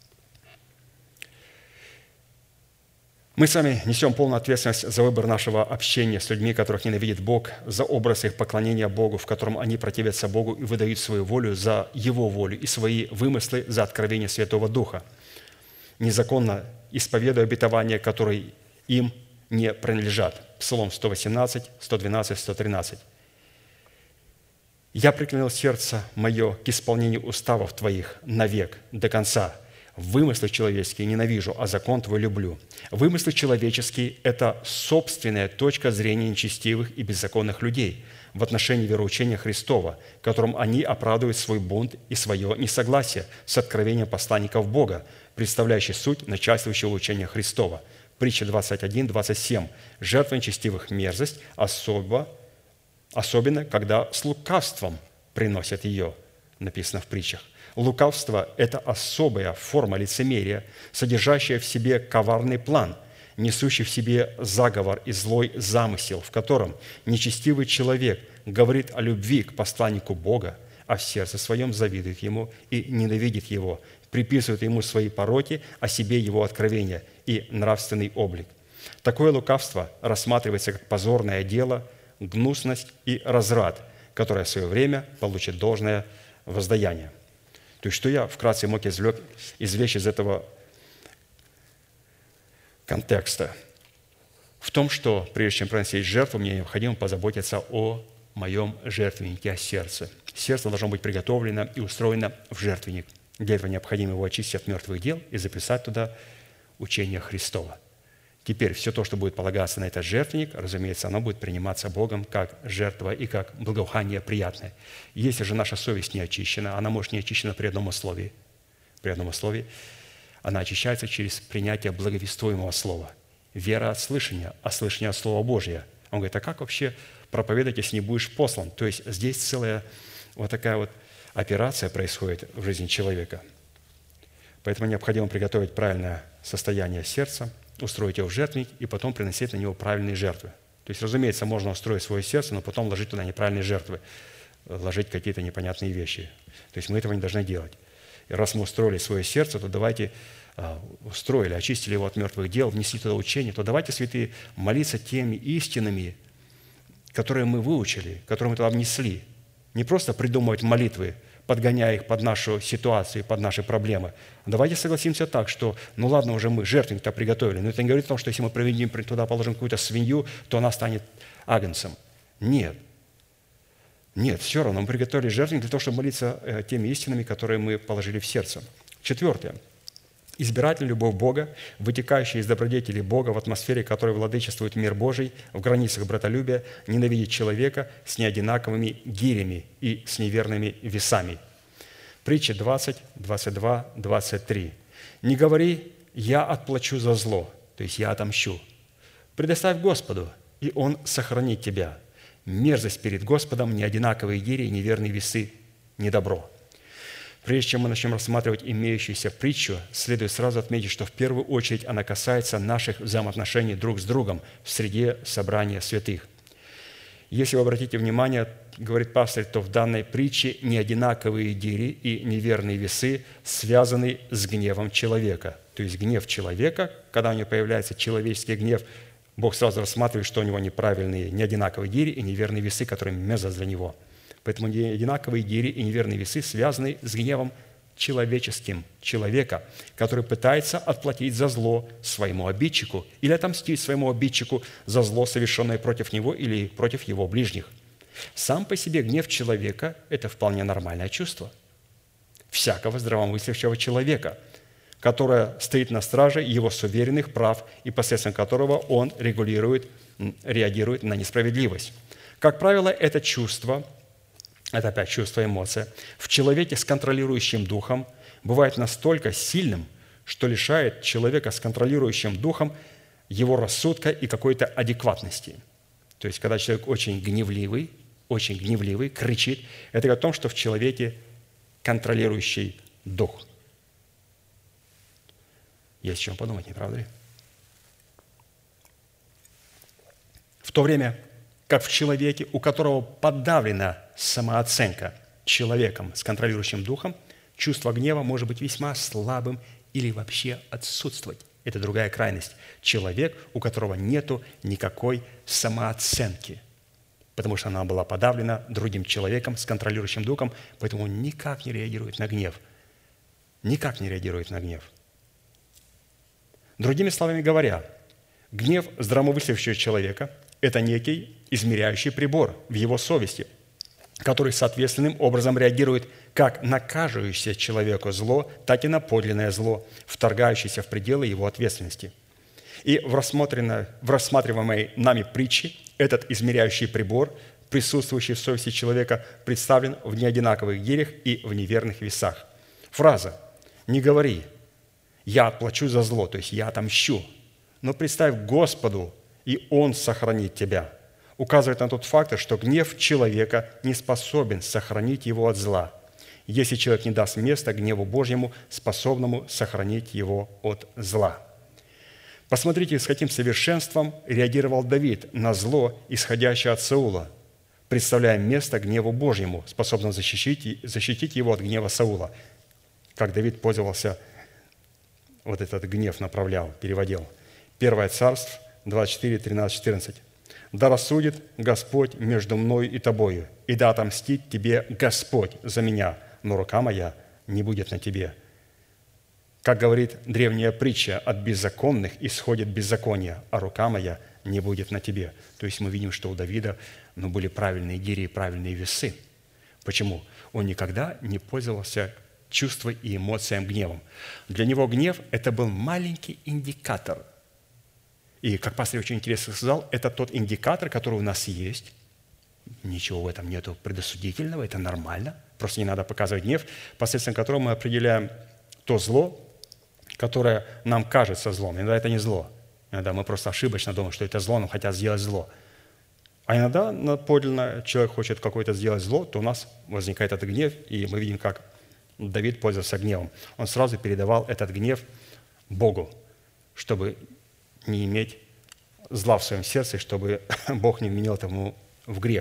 Мы сами несем полную ответственность за выбор нашего общения с людьми, которых ненавидит Бог, за образ их поклонения Богу, в котором они противятся Богу и выдают свою волю за Его волю и свои вымыслы за откровение Святого Духа, незаконно исповедуя обетования, которые им не принадлежат. Псалом 118, 112, 113. «Я преклонил сердце мое к исполнению уставов Твоих навек, до конца. Вымыслы человеческие ненавижу, а закон Твой люблю». Вымыслы человеческие – это собственная точка зрения нечестивых и беззаконных людей в отношении вероучения Христова, которым они оправдывают свой бунт и свое несогласие с откровением посланников Бога, представляющий суть начальствующего учения Христова. Притча 21, 27. «Жертва нечестивых – мерзость, особенно, когда с лукавством приносят ее», написано в притчах. Лукавство – это особая форма лицемерия, содержащая в себе коварный план, несущий в себе заговор и злой замысел, в котором нечестивый человек говорит о любви к посланнику Бога, а в сердце своем завидует ему и ненавидит его, приписывает ему свои пороки, а себе его откровения и нравственный облик. Такое лукавство рассматривается как позорное дело, гнусность и разврат, которое в свое время получит должное воздаяние. То есть, что я вкратце мог извлечь из этого контекста? В том, что прежде чем приносить жертву, мне необходимо позаботиться о моем жертвеннике, о сердце. Сердце должно быть приготовлено и устроено в жертвенник. Для этого необходимо его очистить от мертвых дел и записать туда учение Христова. Теперь все то, что будет полагаться на этот жертвенник, разумеется, оно будет приниматься Богом как жертва и как благоухание приятное. Если же наша совесть не очищена, она может не очищена при одном условии. При одном условии она очищается через принятие благовествуемого слова. Вера от слышания, а слышание от Слова Божия. Он говорит: а как вообще проповедовать, если не будешь послан? То есть здесь целая Вот такая вот операция происходит в жизни человека. Поэтому необходимо приготовить правильное состояние сердца, устроить его в жертвенник и потом приносить на него правильные жертвы. То есть, разумеется, можно устроить свое сердце, но потом ложить туда неправильные жертвы, ложить какие-то непонятные вещи. То есть мы этого не должны делать. И раз мы устроили свое сердце, то давайте устроили, очистили его от мертвых дел, внесли туда учение, то давайте, святые, молиться теми истинами, которые мы выучили, которые мы туда внесли. Не просто придумывать молитвы, подгоняя их под нашу ситуацию, под наши проблемы. Давайте согласимся так, что, ну ладно, уже мы жертвенник-то приготовили, но это не говорит о том, что если мы проведем туда, положим какую-то свинью, то она станет агнцем. Нет. Нет, все равно мы приготовили жертвенник для того, чтобы молиться теми истинами, которые мы положили в сердце. 4. Избирательная любовь Бога, вытекающая из добродетелей Бога в атмосфере, которой владычествует мир Божий, в границах братолюбия, ненавидеть человека с неодинаковыми гирями и с неверными весами. Притча 20, 22, 23. «Не говори, я отплачу за зло», то есть я отомщу. «Предоставь Господу, и Он сохранит тебя. Мерзость перед Господом, неодинаковые гири и неверные весы – недобро». Прежде чем мы начнем рассматривать имеющуюся притчу, следует сразу отметить, что в первую очередь она касается наших взаимоотношений друг с другом в среде собрания святых. Если вы обратите внимание, говорит пастырь, то в данной притче неодинаковые гири и неверные весы связаны с гневом человека. То есть гнев человека, когда у него появляется человеческий гнев, Бог сразу рассматривает, что у него неправильные, неодинаковые гири и неверные весы, которые мерзость для него. Поэтому неодинаковые гири и неверные весы связаны с гневом человеческим человека, который пытается отплатить за зло своему обидчику или отомстить своему обидчику за зло, совершенное против него или против его ближних. Сам по себе гнев человека – это вполне нормальное чувство всякого здравомыслящего человека, которое стоит на страже его суверенных прав и посредством которого он реагирует на несправедливость. Как правило, это чувство – это опять чувство, эмоция, в человеке с контролирующим духом бывает настолько сильным, что лишает человека с контролирующим духом его рассудка и какой-то адекватности. То есть, когда человек очень гневливый, кричит, это говорит о том, что в человеке контролирующий дух. Есть о чем подумать, не правда ли? В то время, как в человеке, у которого подавлена самооценка человеком с контролирующим духом, чувство гнева может быть весьма слабым или вообще отсутствовать. Это другая крайность. Человек, у которого нету никакой самооценки, потому что она была подавлена другим человеком с контролирующим духом, поэтому он никак не реагирует на гнев. Никак не реагирует на гнев. Другими словами говоря, гнев здравомыслящего человека – это некий измеряющий прибор в его совести, который соответственным образом реагирует как на кажущееся человеку зло, так и на подлинное зло, вторгающееся в пределы его ответственности. И в рассматриваемой нами притче этот измеряющий прибор, присутствующий в совести человека, представлен в неодинаковых гирях и в неверных весах. Фраза «Не говори, я отплачу за зло», то есть «я отомщу», но представь Господу, и Он сохранит тебя, указывает на тот факт, что гнев человека не способен сохранить его от зла, если человек не даст места гневу Божьему, способному сохранить его от зла. Посмотрите, с каким совершенством реагировал Давид на зло, исходящее от Саула, представляя место гневу Божьему, способному защитить его от гнева Саула. Как Давид пользовался, вот этот гнев направлял, переводил. 1 Царств 24, 13, 14. «Да рассудит Господь между мною и тобою, и да отомстит тебе Господь за меня, но рука моя не будет на тебе». Как говорит древняя притча, от беззаконных исходит беззаконие, а рука моя не будет на тебе. То есть мы видим, что у Давида были правильные гири и правильные весы. Почему? Он никогда не пользовался чувством и эмоциям гневом. Для него гнев – это был маленький индикатор. И, как пастор очень интересно сказал, это тот индикатор, который у нас есть. Ничего в этом нету предосудительного, это нормально. Просто не надо показывать гнев, посредством которого мы определяем то зло, которое нам кажется злом. Иногда это не зло. Иногда мы просто ошибочно думаем, что это зло, нам хотят сделать зло. А иногда подлинно человек хочет какое-то сделать зло, то у нас возникает этот гнев, и мы видим, как Давид пользовался гневом. Он сразу передавал этот гнев Богу, чтобы не иметь зла в своем сердце, чтобы Бог не вменил этому в грех.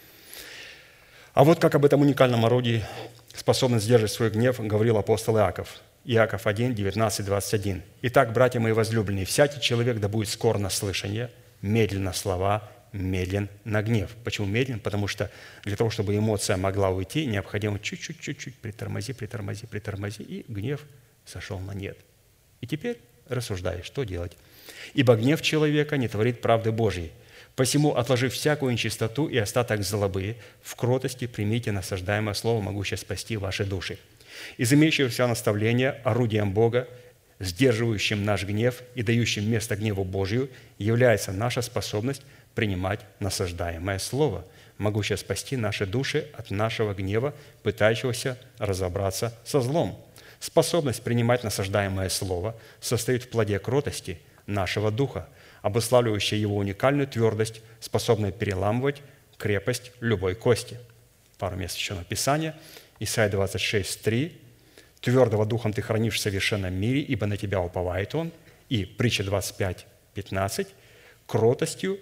А вот как об этом уникальном орудии, способность сдерживать свой гнев, говорил апостол Иаков. Иаков 1, 19, 21. «Итак, братья мои возлюбленные, всякий человек да будет скор на слышание, медлен на слова, медлен на гнев». Почему медлен? Потому что для того, чтобы эмоция могла уйти, необходимо чуть-чуть притормози, и гнев сошел на нет. И теперь рассуждай, что делать. «Ибо гнев человека не творит правды Божьей. Посему, отложив всякую нечистоту и остаток злобы, в кротости примите насаждаемое слово, могущее спасти ваши души. Из имеющегося наставления орудием Бога, сдерживающим наш гнев и дающим место гневу Божию, является наша способность принимать насаждаемое слово, могущее спасти наши души от нашего гнева, пытающегося разобраться со злом. Способность принимать насаждаемое слово состоит в плоде кротости нашего духа, обуславливающей его уникальную твердость, способную переламывать крепость любой кости. Пару мест Священного Писания. Исайя 26, 3. «Твердого духом ты хранишь в совершенном мире, ибо на тебя уповает он». И притча 25, 15. «Кротостью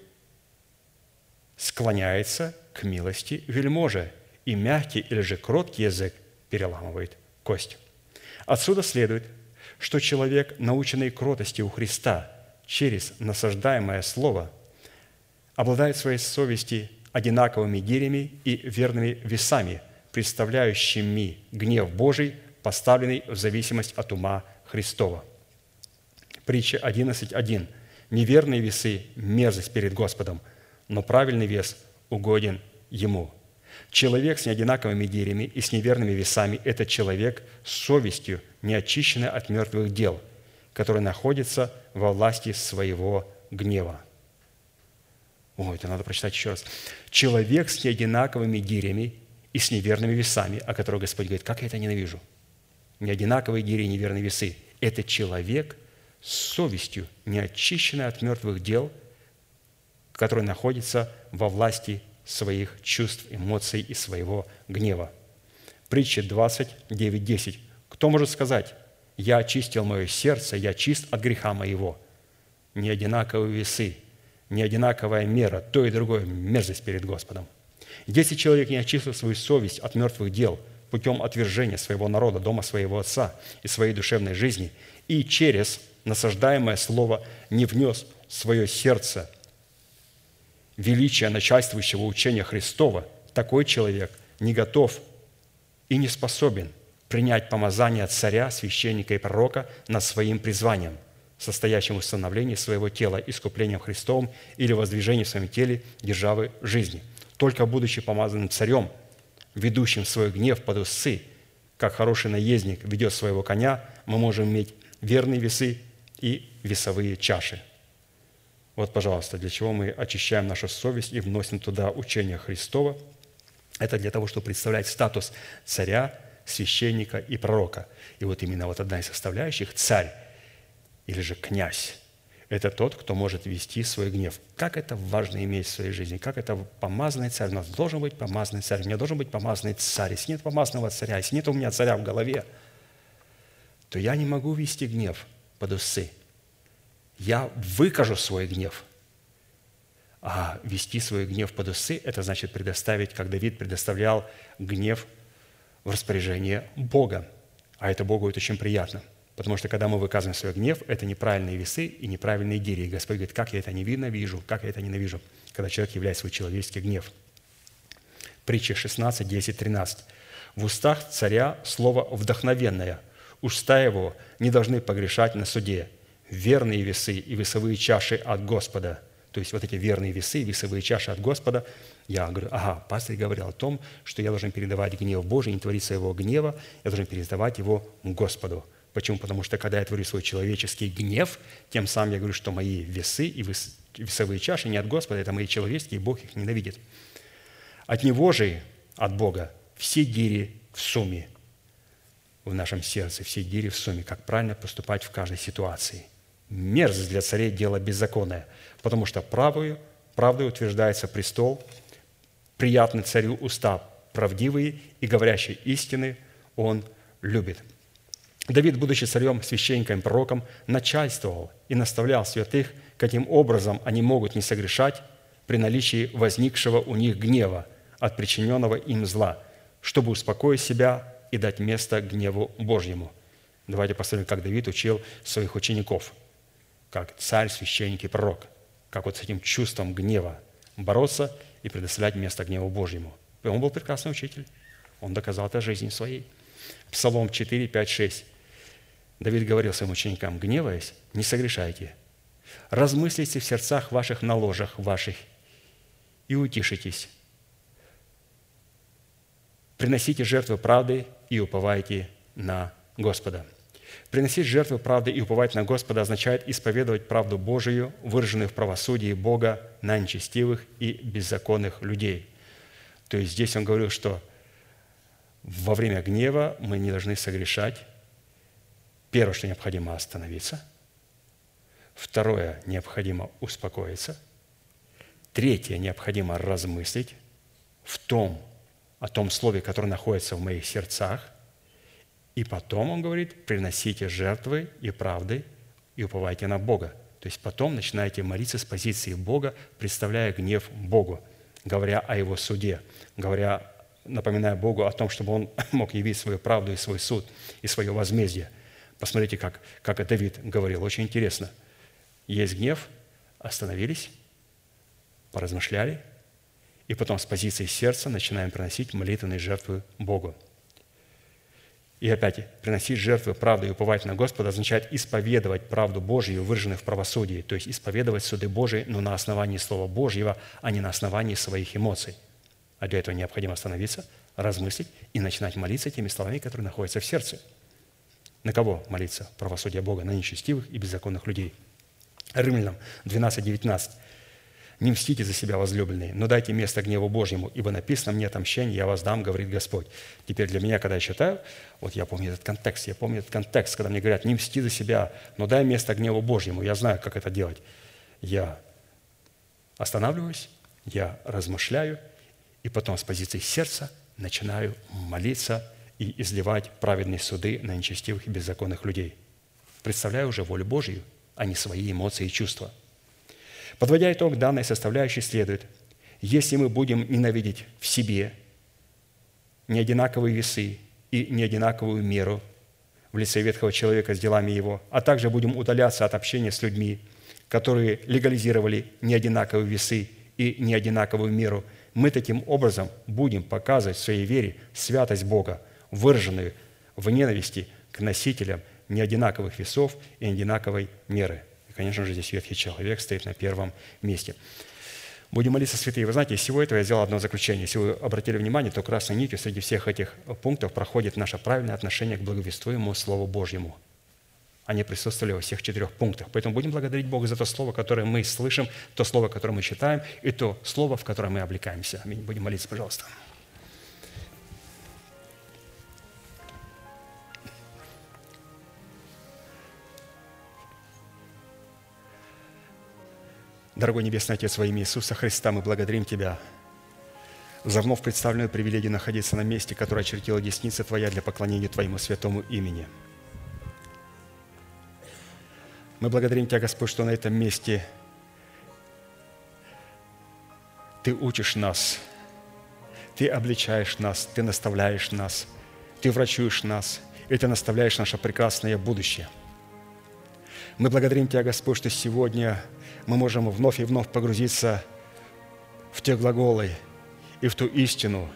склоняется к милости вельможи, и мягкий или же кроткий язык переламывает кость». Отсюда следует, что человек, наученный кротости у Христа через насаждаемое слово, обладает в своей совести одинаковыми гирями и верными весами, представляющими гнев Божий, поставленный в зависимость от ума Христова. Притча 11.1. «Неверные весы – мерзость перед Господом, но правильный вес угоден Ему». Человек с неодинаковыми гирями и с неверными весами – это человек с совестью, не очищенной от мертвых дел, который находится во власти своего гнева. Это надо прочитать еще раз. Человек с неодинаковыми гирями и с неверными весами, о которых Господь говорит, как я это ненавижу. Неодинаковые гири и неверные весы – это человек с совестью, не очищенной от мертвых дел, который находится во власти своих чувств, эмоций и своего гнева. Притча 29:10. «Кто может сказать, я очистил мое сердце, я чист от греха моего?» Неодинаковые весы, неодинаковая мера, то и другое – мерзость перед Господом. Если человек не очистил свою совесть от мертвых дел путем отвержения своего народа, дома своего отца и своей душевной жизни, и через насаждаемое слово не внес в свое сердце величие начальствующего учения Христова, такой человек не готов и не способен принять помазание царя, священника и пророка над своим призванием, состоящим в установлении своего тела искуплением Христовым или воздвижении в своем теле державы жизни. Только будучи помазанным царем, ведущим свой гнев под усы, как хороший наездник ведет своего коня, мы можем иметь верные весы и весовые чаши. Вот, пожалуйста, для чего мы очищаем нашу совесть и вносим туда учение Христова. Это для того, чтобы представлять статус царя, священника и пророка. И вот именно одна из составляющих – царь или же князь. Это тот, кто может вести свой гнев. Как это важно иметь в своей жизни? Как это помазанный царь? У нас должен быть помазанный царь. У меня должен быть помазанный царь. Если нет помазанного царя, если нет у меня царя в голове, то я не могу вести гнев под усы. Я выкажу свой гнев. А вести свой гнев под усы – это значит предоставить, как Давид предоставлял гнев в распоряжение Бога. А это Богу это очень приятно. Потому что, когда мы выказываем свой гнев, это неправильные весы и неправильные гири. И Господь говорит, как я это ненавижу, как я это ненавижу, когда человек являет свой человеческий гнев. Притча 16, 10, 13. «В устах царя слово вдохновенное, уста его не должны погрешать на суде. Верные весы и весовые чаши от Господа». То есть вот эти верные весы и весовые чаши от Господа. Я говорю, пастор говорил о том, что я должен передавать гнев Божий, не творить своего гнева, я должен передавать его Господу. Почему? Потому что, когда я творю свой человеческий гнев, тем самым я говорю, что мои весы и весовые чаши не от Господа, это мои человеческие, и Бог их ненавидит. От Него же, от Бога, все гири в сумме, в нашем сердце, все гири в сумме, как правильно поступать в каждой ситуации. Мерзость для царей – дело беззаконное, потому что правую Правдой утверждается престол, приятны царю уста правдивые и говорящие истины он любит». Давид, будучи царем, священником и пророком, начальствовал и наставлял святых, каким образом они могут не согрешать при наличии возникшего у них гнева от причиненного им зла, чтобы успокоить себя и дать место гневу Божьему. Давайте посмотрим, как Давид учил своих учеников, как царь, священник и пророк, как вот с этим чувством гнева бороться и предоставлять место гневу Божьему. И он был прекрасный учитель. Он доказал это жизнью своей. Псалом 4, 5, 6. Давид говорил своим ученикам: «Гневаясь, не согрешайте. Размыслите в сердцах ваших на ложах ваших и утишитесь. Приносите жертвы правды и уповайте на Господа». Приносить жертвы правды и уповать на Господа означает исповедовать правду Божию, выраженную в правосудии Бога на нечестивых и беззаконных людей. То есть здесь он говорил, что во время гнева мы не должны согрешать. Первое, что необходимо остановиться. Второе, необходимо успокоиться. Третье, необходимо размыслить о том слове, которое находится в моих сердцах. И потом, он говорит, приносите жертвы и правды и уповайте на Бога. То есть потом начинаете молиться с позиции Бога, представляя гнев Богу, говоря о Его суде, напоминая Богу о том, чтобы Он мог явить свою правду и свой суд, и свое возмездие. Посмотрите, как Давид говорил. Очень интересно. Есть гнев, остановились, поразмышляли, и потом с позиции сердца начинаем приносить молитвенные жертвы Богу. И опять, приносить жертвы правды и уповать на Господа означает исповедовать правду Божию, выраженную в правосудии, то есть исповедовать суды Божии, но на основании Слова Божьего, а не на основании своих эмоций. А для этого необходимо остановиться, размыслить и начинать молиться теми словами, которые находятся в сердце. На кого молиться? Правосудие Бога, на нечестивых и беззаконных людей. Римлянам 12, 19. «Не мстите за себя, возлюбленные, но дайте место гневу Божьему, ибо написано: мне отомщение, я вас дам, говорит Господь». Теперь для меня, когда я читаю, вот я помню этот контекст, когда мне говорят: не мсти за себя, но дай место гневу Божьему. Я знаю, как это делать. Я останавливаюсь, я размышляю, и потом с позиции сердца начинаю молиться и изливать праведные суды на нечестивых и беззаконных людей. Представляю уже волю Божью, а не свои эмоции и чувства. Подводя итог данной составляющей, следует: если мы будем ненавидеть в себе неодинаковые весы и неодинаковую меру в лице ветхого человека с делами его, а также будем удаляться от общения с людьми, которые легализировали неодинаковые весы и неодинаковую меру, мы таким образом будем показывать в своей вере святость Бога, выраженную в ненависти к носителям неодинаковых весов и неодинаковой меры. И, конечно же, здесь ветхий человек стоит на первом месте. Будем молиться, святые. Вы знаете, из всего этого я сделал одно заключение. Если вы обратили внимание, то красной нитью среди всех этих пунктов проходит наше правильное отношение к благовествуемому Слову Божьему. Они присутствовали во всех 4 пунктах. Поэтому будем благодарить Бога за то Слово, которое мы слышим, то Слово, которое мы читаем, и то Слово, в которое мы облекаемся. Аминь. Будем молиться, пожалуйста. Дорогой Небесный Отец, во имя Иисуса Христа мы благодарим Тебя за вновь представленную привилегию находиться на месте, которое очертила десница Твоя для поклонения Твоему святому имени. Мы благодарим Тебя, Господь, что на этом месте Ты учишь нас, Ты обличаешь нас, Ты наставляешь нас, Ты врачуешь нас, и Ты наставляешь наше прекрасное будущее. Мы благодарим Тебя, Господь, что сегодня мы можем вновь и вновь погрузиться в те глаголы и в ту истину,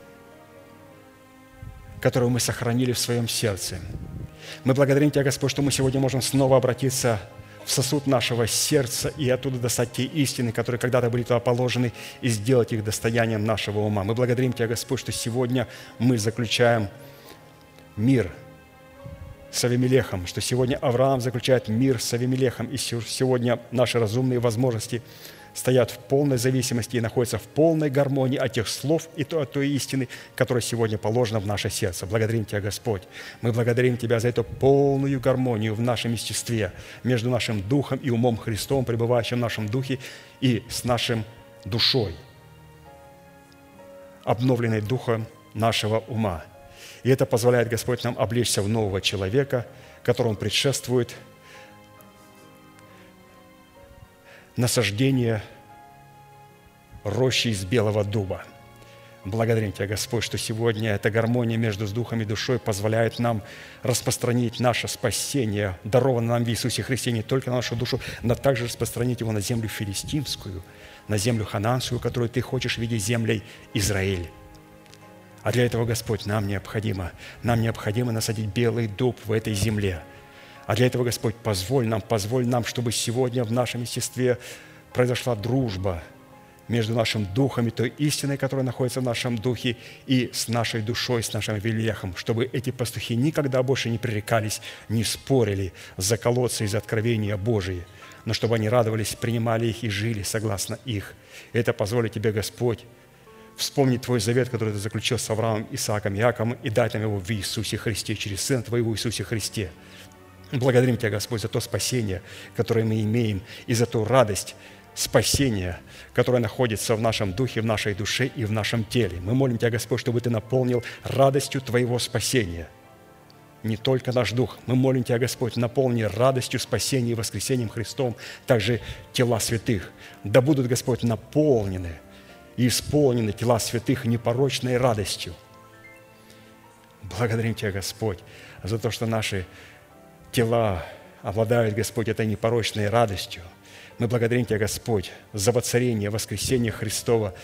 которую мы сохранили в своем сердце. Мы благодарим Тебя, Господь, что мы сегодня можем снова обратиться в сосуд нашего сердца и оттуда достать те истины, которые когда-то были туда положены, и сделать их достоянием нашего ума. Мы благодарим Тебя, Господь, что сегодня мы заключаем мир с Авимелехом, что сегодня Авраам заключает мир с Авимелехом, и сегодня наши разумные возможности стоят в полной зависимости и находятся в полной гармонии от тех слов и от той истины, которая сегодня положена в наше сердце. Благодарим Тебя, Господь. Мы благодарим Тебя за эту полную гармонию в нашем естестве между нашим духом и умом Христом, пребывающим в нашем духе, и с нашим душой, обновленной духом нашего ума. И это позволяет, Господь, нам облечься в нового человека, которому предшествует насаждение рощи из белого дуба. Благодарим Тебя, Господь, что сегодня эта гармония между духом и душой позволяет нам распространить наше спасение, дарованное нам в Иисусе Христе, не только на нашу душу, но также распространить его на землю филистимскую, на землю хананскую, которую Ты хочешь видеть землей Израиль. А для этого, Господь, нам необходимо насадить белый дуб в этой земле. А для этого, Господь, позволь нам, чтобы сегодня в нашем естестве произошла дружба между нашим духом и той истиной, которая находится в нашем духе, и с нашей душой, с нашим Вилехом, чтобы эти пастухи никогда больше не пререкались, не спорили за колодцы из откровения Божие, но чтобы они радовались, принимали их и жили согласно их. И это позволит Тебе, Господь, вспомнить Твой завет, который Ты заключил с Авраамом, Исааком, Иаковом, и дать нам его в Иисусе Христе, через Сына Твоего Иисусе Христе. Благодарим Тебя, Господь, за то спасение, которое мы имеем, и за ту радость спасения, которое находится в нашем духе, в нашей душе и в нашем теле. Мы молим Тебя, Господь, чтобы Ты наполнил радостью Твоего спасения не только наш дух. Мы молим Тебя, Господь, наполни радостью спасения и воскресением Христом также тела святых. Да будут, Господь, наполнены и исполнены тела святых непорочной радостью. Благодарим Тебя, Господь, за то, что наши тела обладают, Господь, этой непорочной радостью. Мы благодарим Тебя, Господь, за воцарение воскресения Христова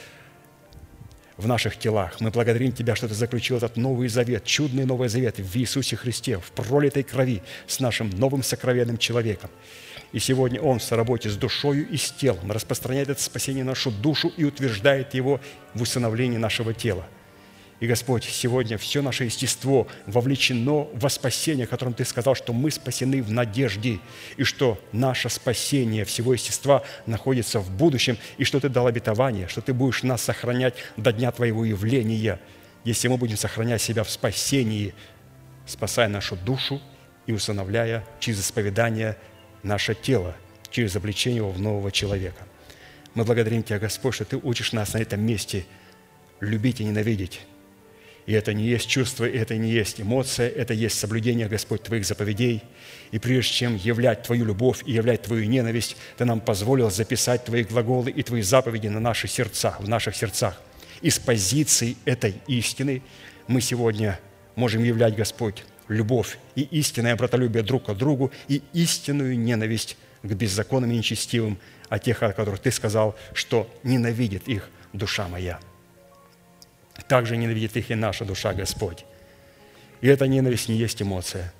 в наших телах. Мы благодарим Тебя, что Ты заключил этот новый завет, чудный новый завет в Иисусе Христе, в пролитой крови с нашим новым сокровенным человеком. И сегодня Он в соработе с душою и с телом распространяет это спасение в нашу душу и утверждает его в усыновлении нашего тела. И, Господь, сегодня все наше естество вовлечено во спасение, о котором Ты сказал, что мы спасены в надежде, и что наше спасение всего естества находится в будущем, и что Ты дал обетование, что Ты будешь нас сохранять до дня Твоего явления, если мы будем сохранять себя в спасении, спасая нашу душу и усыновляя через исповедание наше тело, через обличение его в нового человека. Мы благодарим Тебя, Господь, что Ты учишь нас на этом месте любить и ненавидеть. И это не есть чувство, и это не есть эмоция, это есть соблюдение, Господь, Твоих заповедей. И прежде чем являть Твою любовь и являть Твою ненависть, Ты нам позволил записать Твои глаголы и Твои заповеди на наши сердца, в наших сердцах. И с позиции этой истины мы сегодня можем являть, Господь, любовь и истинное братолюбие друг к другу и истинную ненависть к беззаконным и нечестивым, о тех, о которых Ты сказал, что ненавидит их душа моя. Также ненавидит их и наша душа, Господь. И эта ненависть не есть эмоция.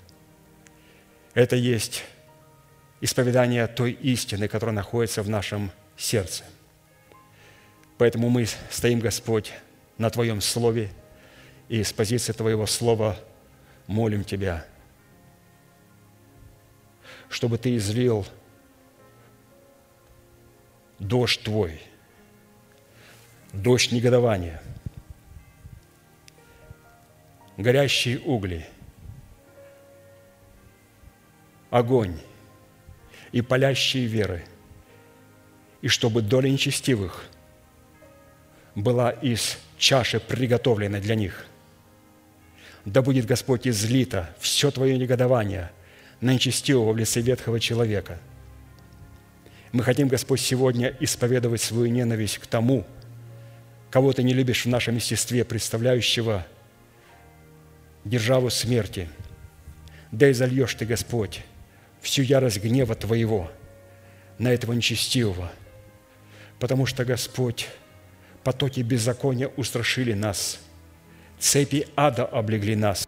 Это есть исповедание той истины, которая находится в нашем сердце. Поэтому мы стоим, Господь, на Твоем Слове, и с позиции Твоего Слова молим Тебя, чтобы Ты излил дождь Твой, дождь негодования, горящие угли, огонь и палящие веры, и чтобы доля нечестивых была из чаши, приготовленной для них. Да будет, Господь, излито все Твое негодование на нечестивого в лице ветхого человека. Мы хотим, Господь, сегодня исповедовать свою ненависть к тому, кого Ты не любишь в нашем естестве, представляющего державу смерти. Да и зальешь Ты, Господь, всю ярость гнева Твоего на этого нечестивого, потому что, Господь, потоки беззакония устрашили нас, цепи ада облегли нас,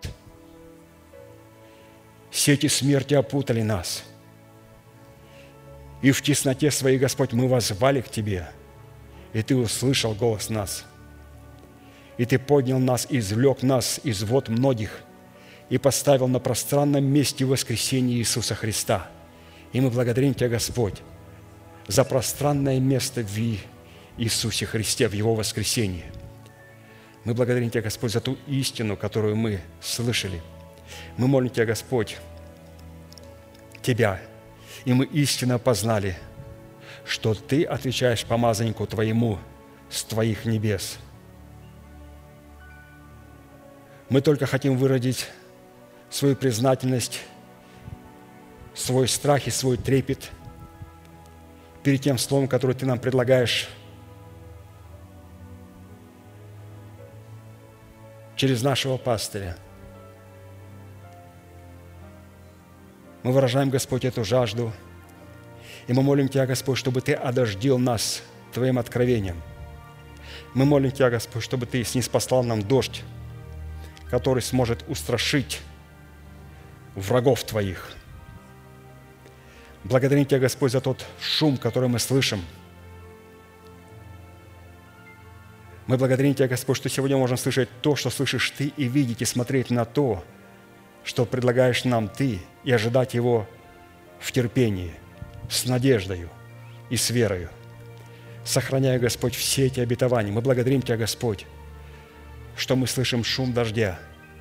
сети смерти опутали нас. И в тесноте Своей, Господь, мы воззвали к Тебе, и Ты услышал голос нас. И Ты поднял нас и извлек нас из вод многих и поставил на пространном месте воскресения Иисуса Христа. И мы благодарим Тебя, Господь, за пространное место в Иисусе Христе, в Его воскресении. Мы благодарим Тебя, Господь, за ту истину, которую мы слышали. Мы молим Тебя, Господь, Тебя, и мы истинно познали, что Ты отвечаешь помазаннику Твоему с Твоих небес. Мы только хотим выразить свою признательность, свой страх и свой трепет перед тем словом, которое Ты нам предлагаешь через нашего пастыря. Мы выражаем, Господь, эту жажду, и мы молим Тебя, Господь, чтобы Ты одождил нас Твоим откровением. Мы молим Тебя, Господь, чтобы Ты ниспослал нам дождь, который сможет устрашить врагов Твоих. Благодарим Тебя, Господь, за тот шум, который мы слышим. Мы благодарим Тебя, Господь, что сегодня можем слышать то, что слышишь Ты, и видеть, и смотреть на то, что предлагаешь нам Ты, и ожидать Его в терпении, с надеждою и с верою. Сохраняя, Господь, все эти обетования, мы благодарим Тебя, Господь, что мы слышим шум дождя.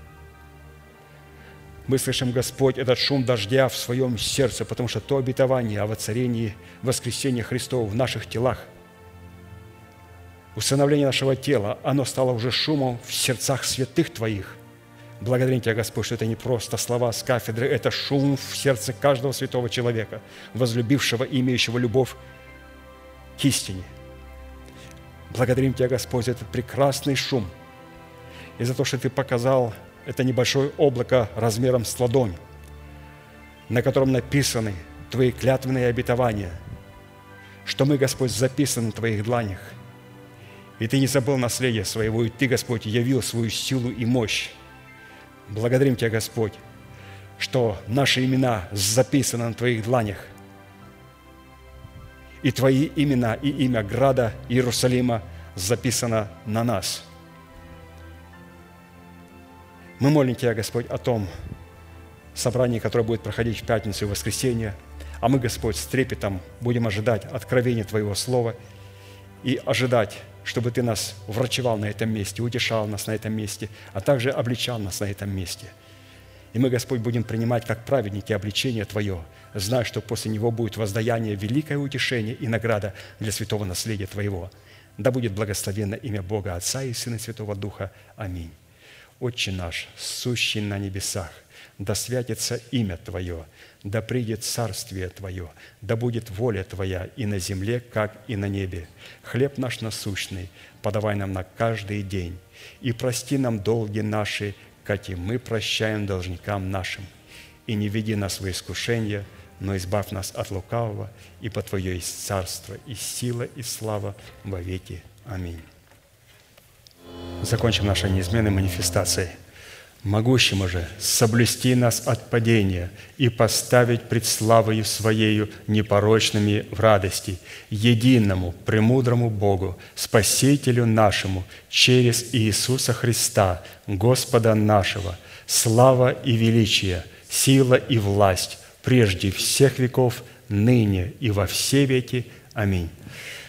Мы слышим, Господь, этот шум дождя в своем сердце, потому что то обетование о воцарении воскресения Христова в наших телах, усыновление нашего тела, оно стало уже шумом в сердцах святых Твоих. Благодарим Тебя, Господь, что это не просто слова с кафедры, это шум в сердце каждого святого человека, возлюбившего и имеющего любовь к истине. Благодарим Тебя, Господь, за этот прекрасный шум и за то, что Ты показал это небольшое облако размером с ладонь, на котором написаны Твои клятвенные обетования, что мы, Господь, записаны в Твоих дланях. И Ты не забыл наследие своего, и Ты, Господь, явил свою силу и мощь. Благодарим Тебя, Господь, что наши имена записаны на Твоих дланях, и Твои имена и имя града Иерусалима записано на нас. Мы молим Тебя, Господь, о том собрании, которое будет проходить в пятницу и воскресенье, а мы, Господь, с трепетом будем ожидать откровения Твоего Слова и ожидать, чтобы Ты нас врачевал на этом месте, утешал нас на этом месте, а также обличал нас на этом месте. И мы, Господь, будем принимать как праведники обличение Твое, зная, что после него будет воздаяние, великое утешение и награда для святого наследия Твоего. Да будет благословенно имя Бога Отца и Сына и Святого Духа. Аминь. Отче наш, сущий на небесах, да святится имя Твое, да придет царствие Твое, да будет воля Твоя и на земле, как и на небе. Хлеб наш насущный подавай нам на каждый день, и прости нам долги наши, как и мы прощаем должникам нашим. И не веди нас в искушение, но избавь нас от лукавого, ибо Твое есть царство, и сила, и слава во веки. Аминь. Закончим нашей неизменной манифестацией. Могущему же соблюсти нас от падения и поставить пред славою Своею непорочными в радости, единому, премудрому Богу, Спасителю нашему, через Иисуса Христа, Господа нашего, слава и величие, сила и власть, прежде всех веков, ныне и во все веки. Аминь.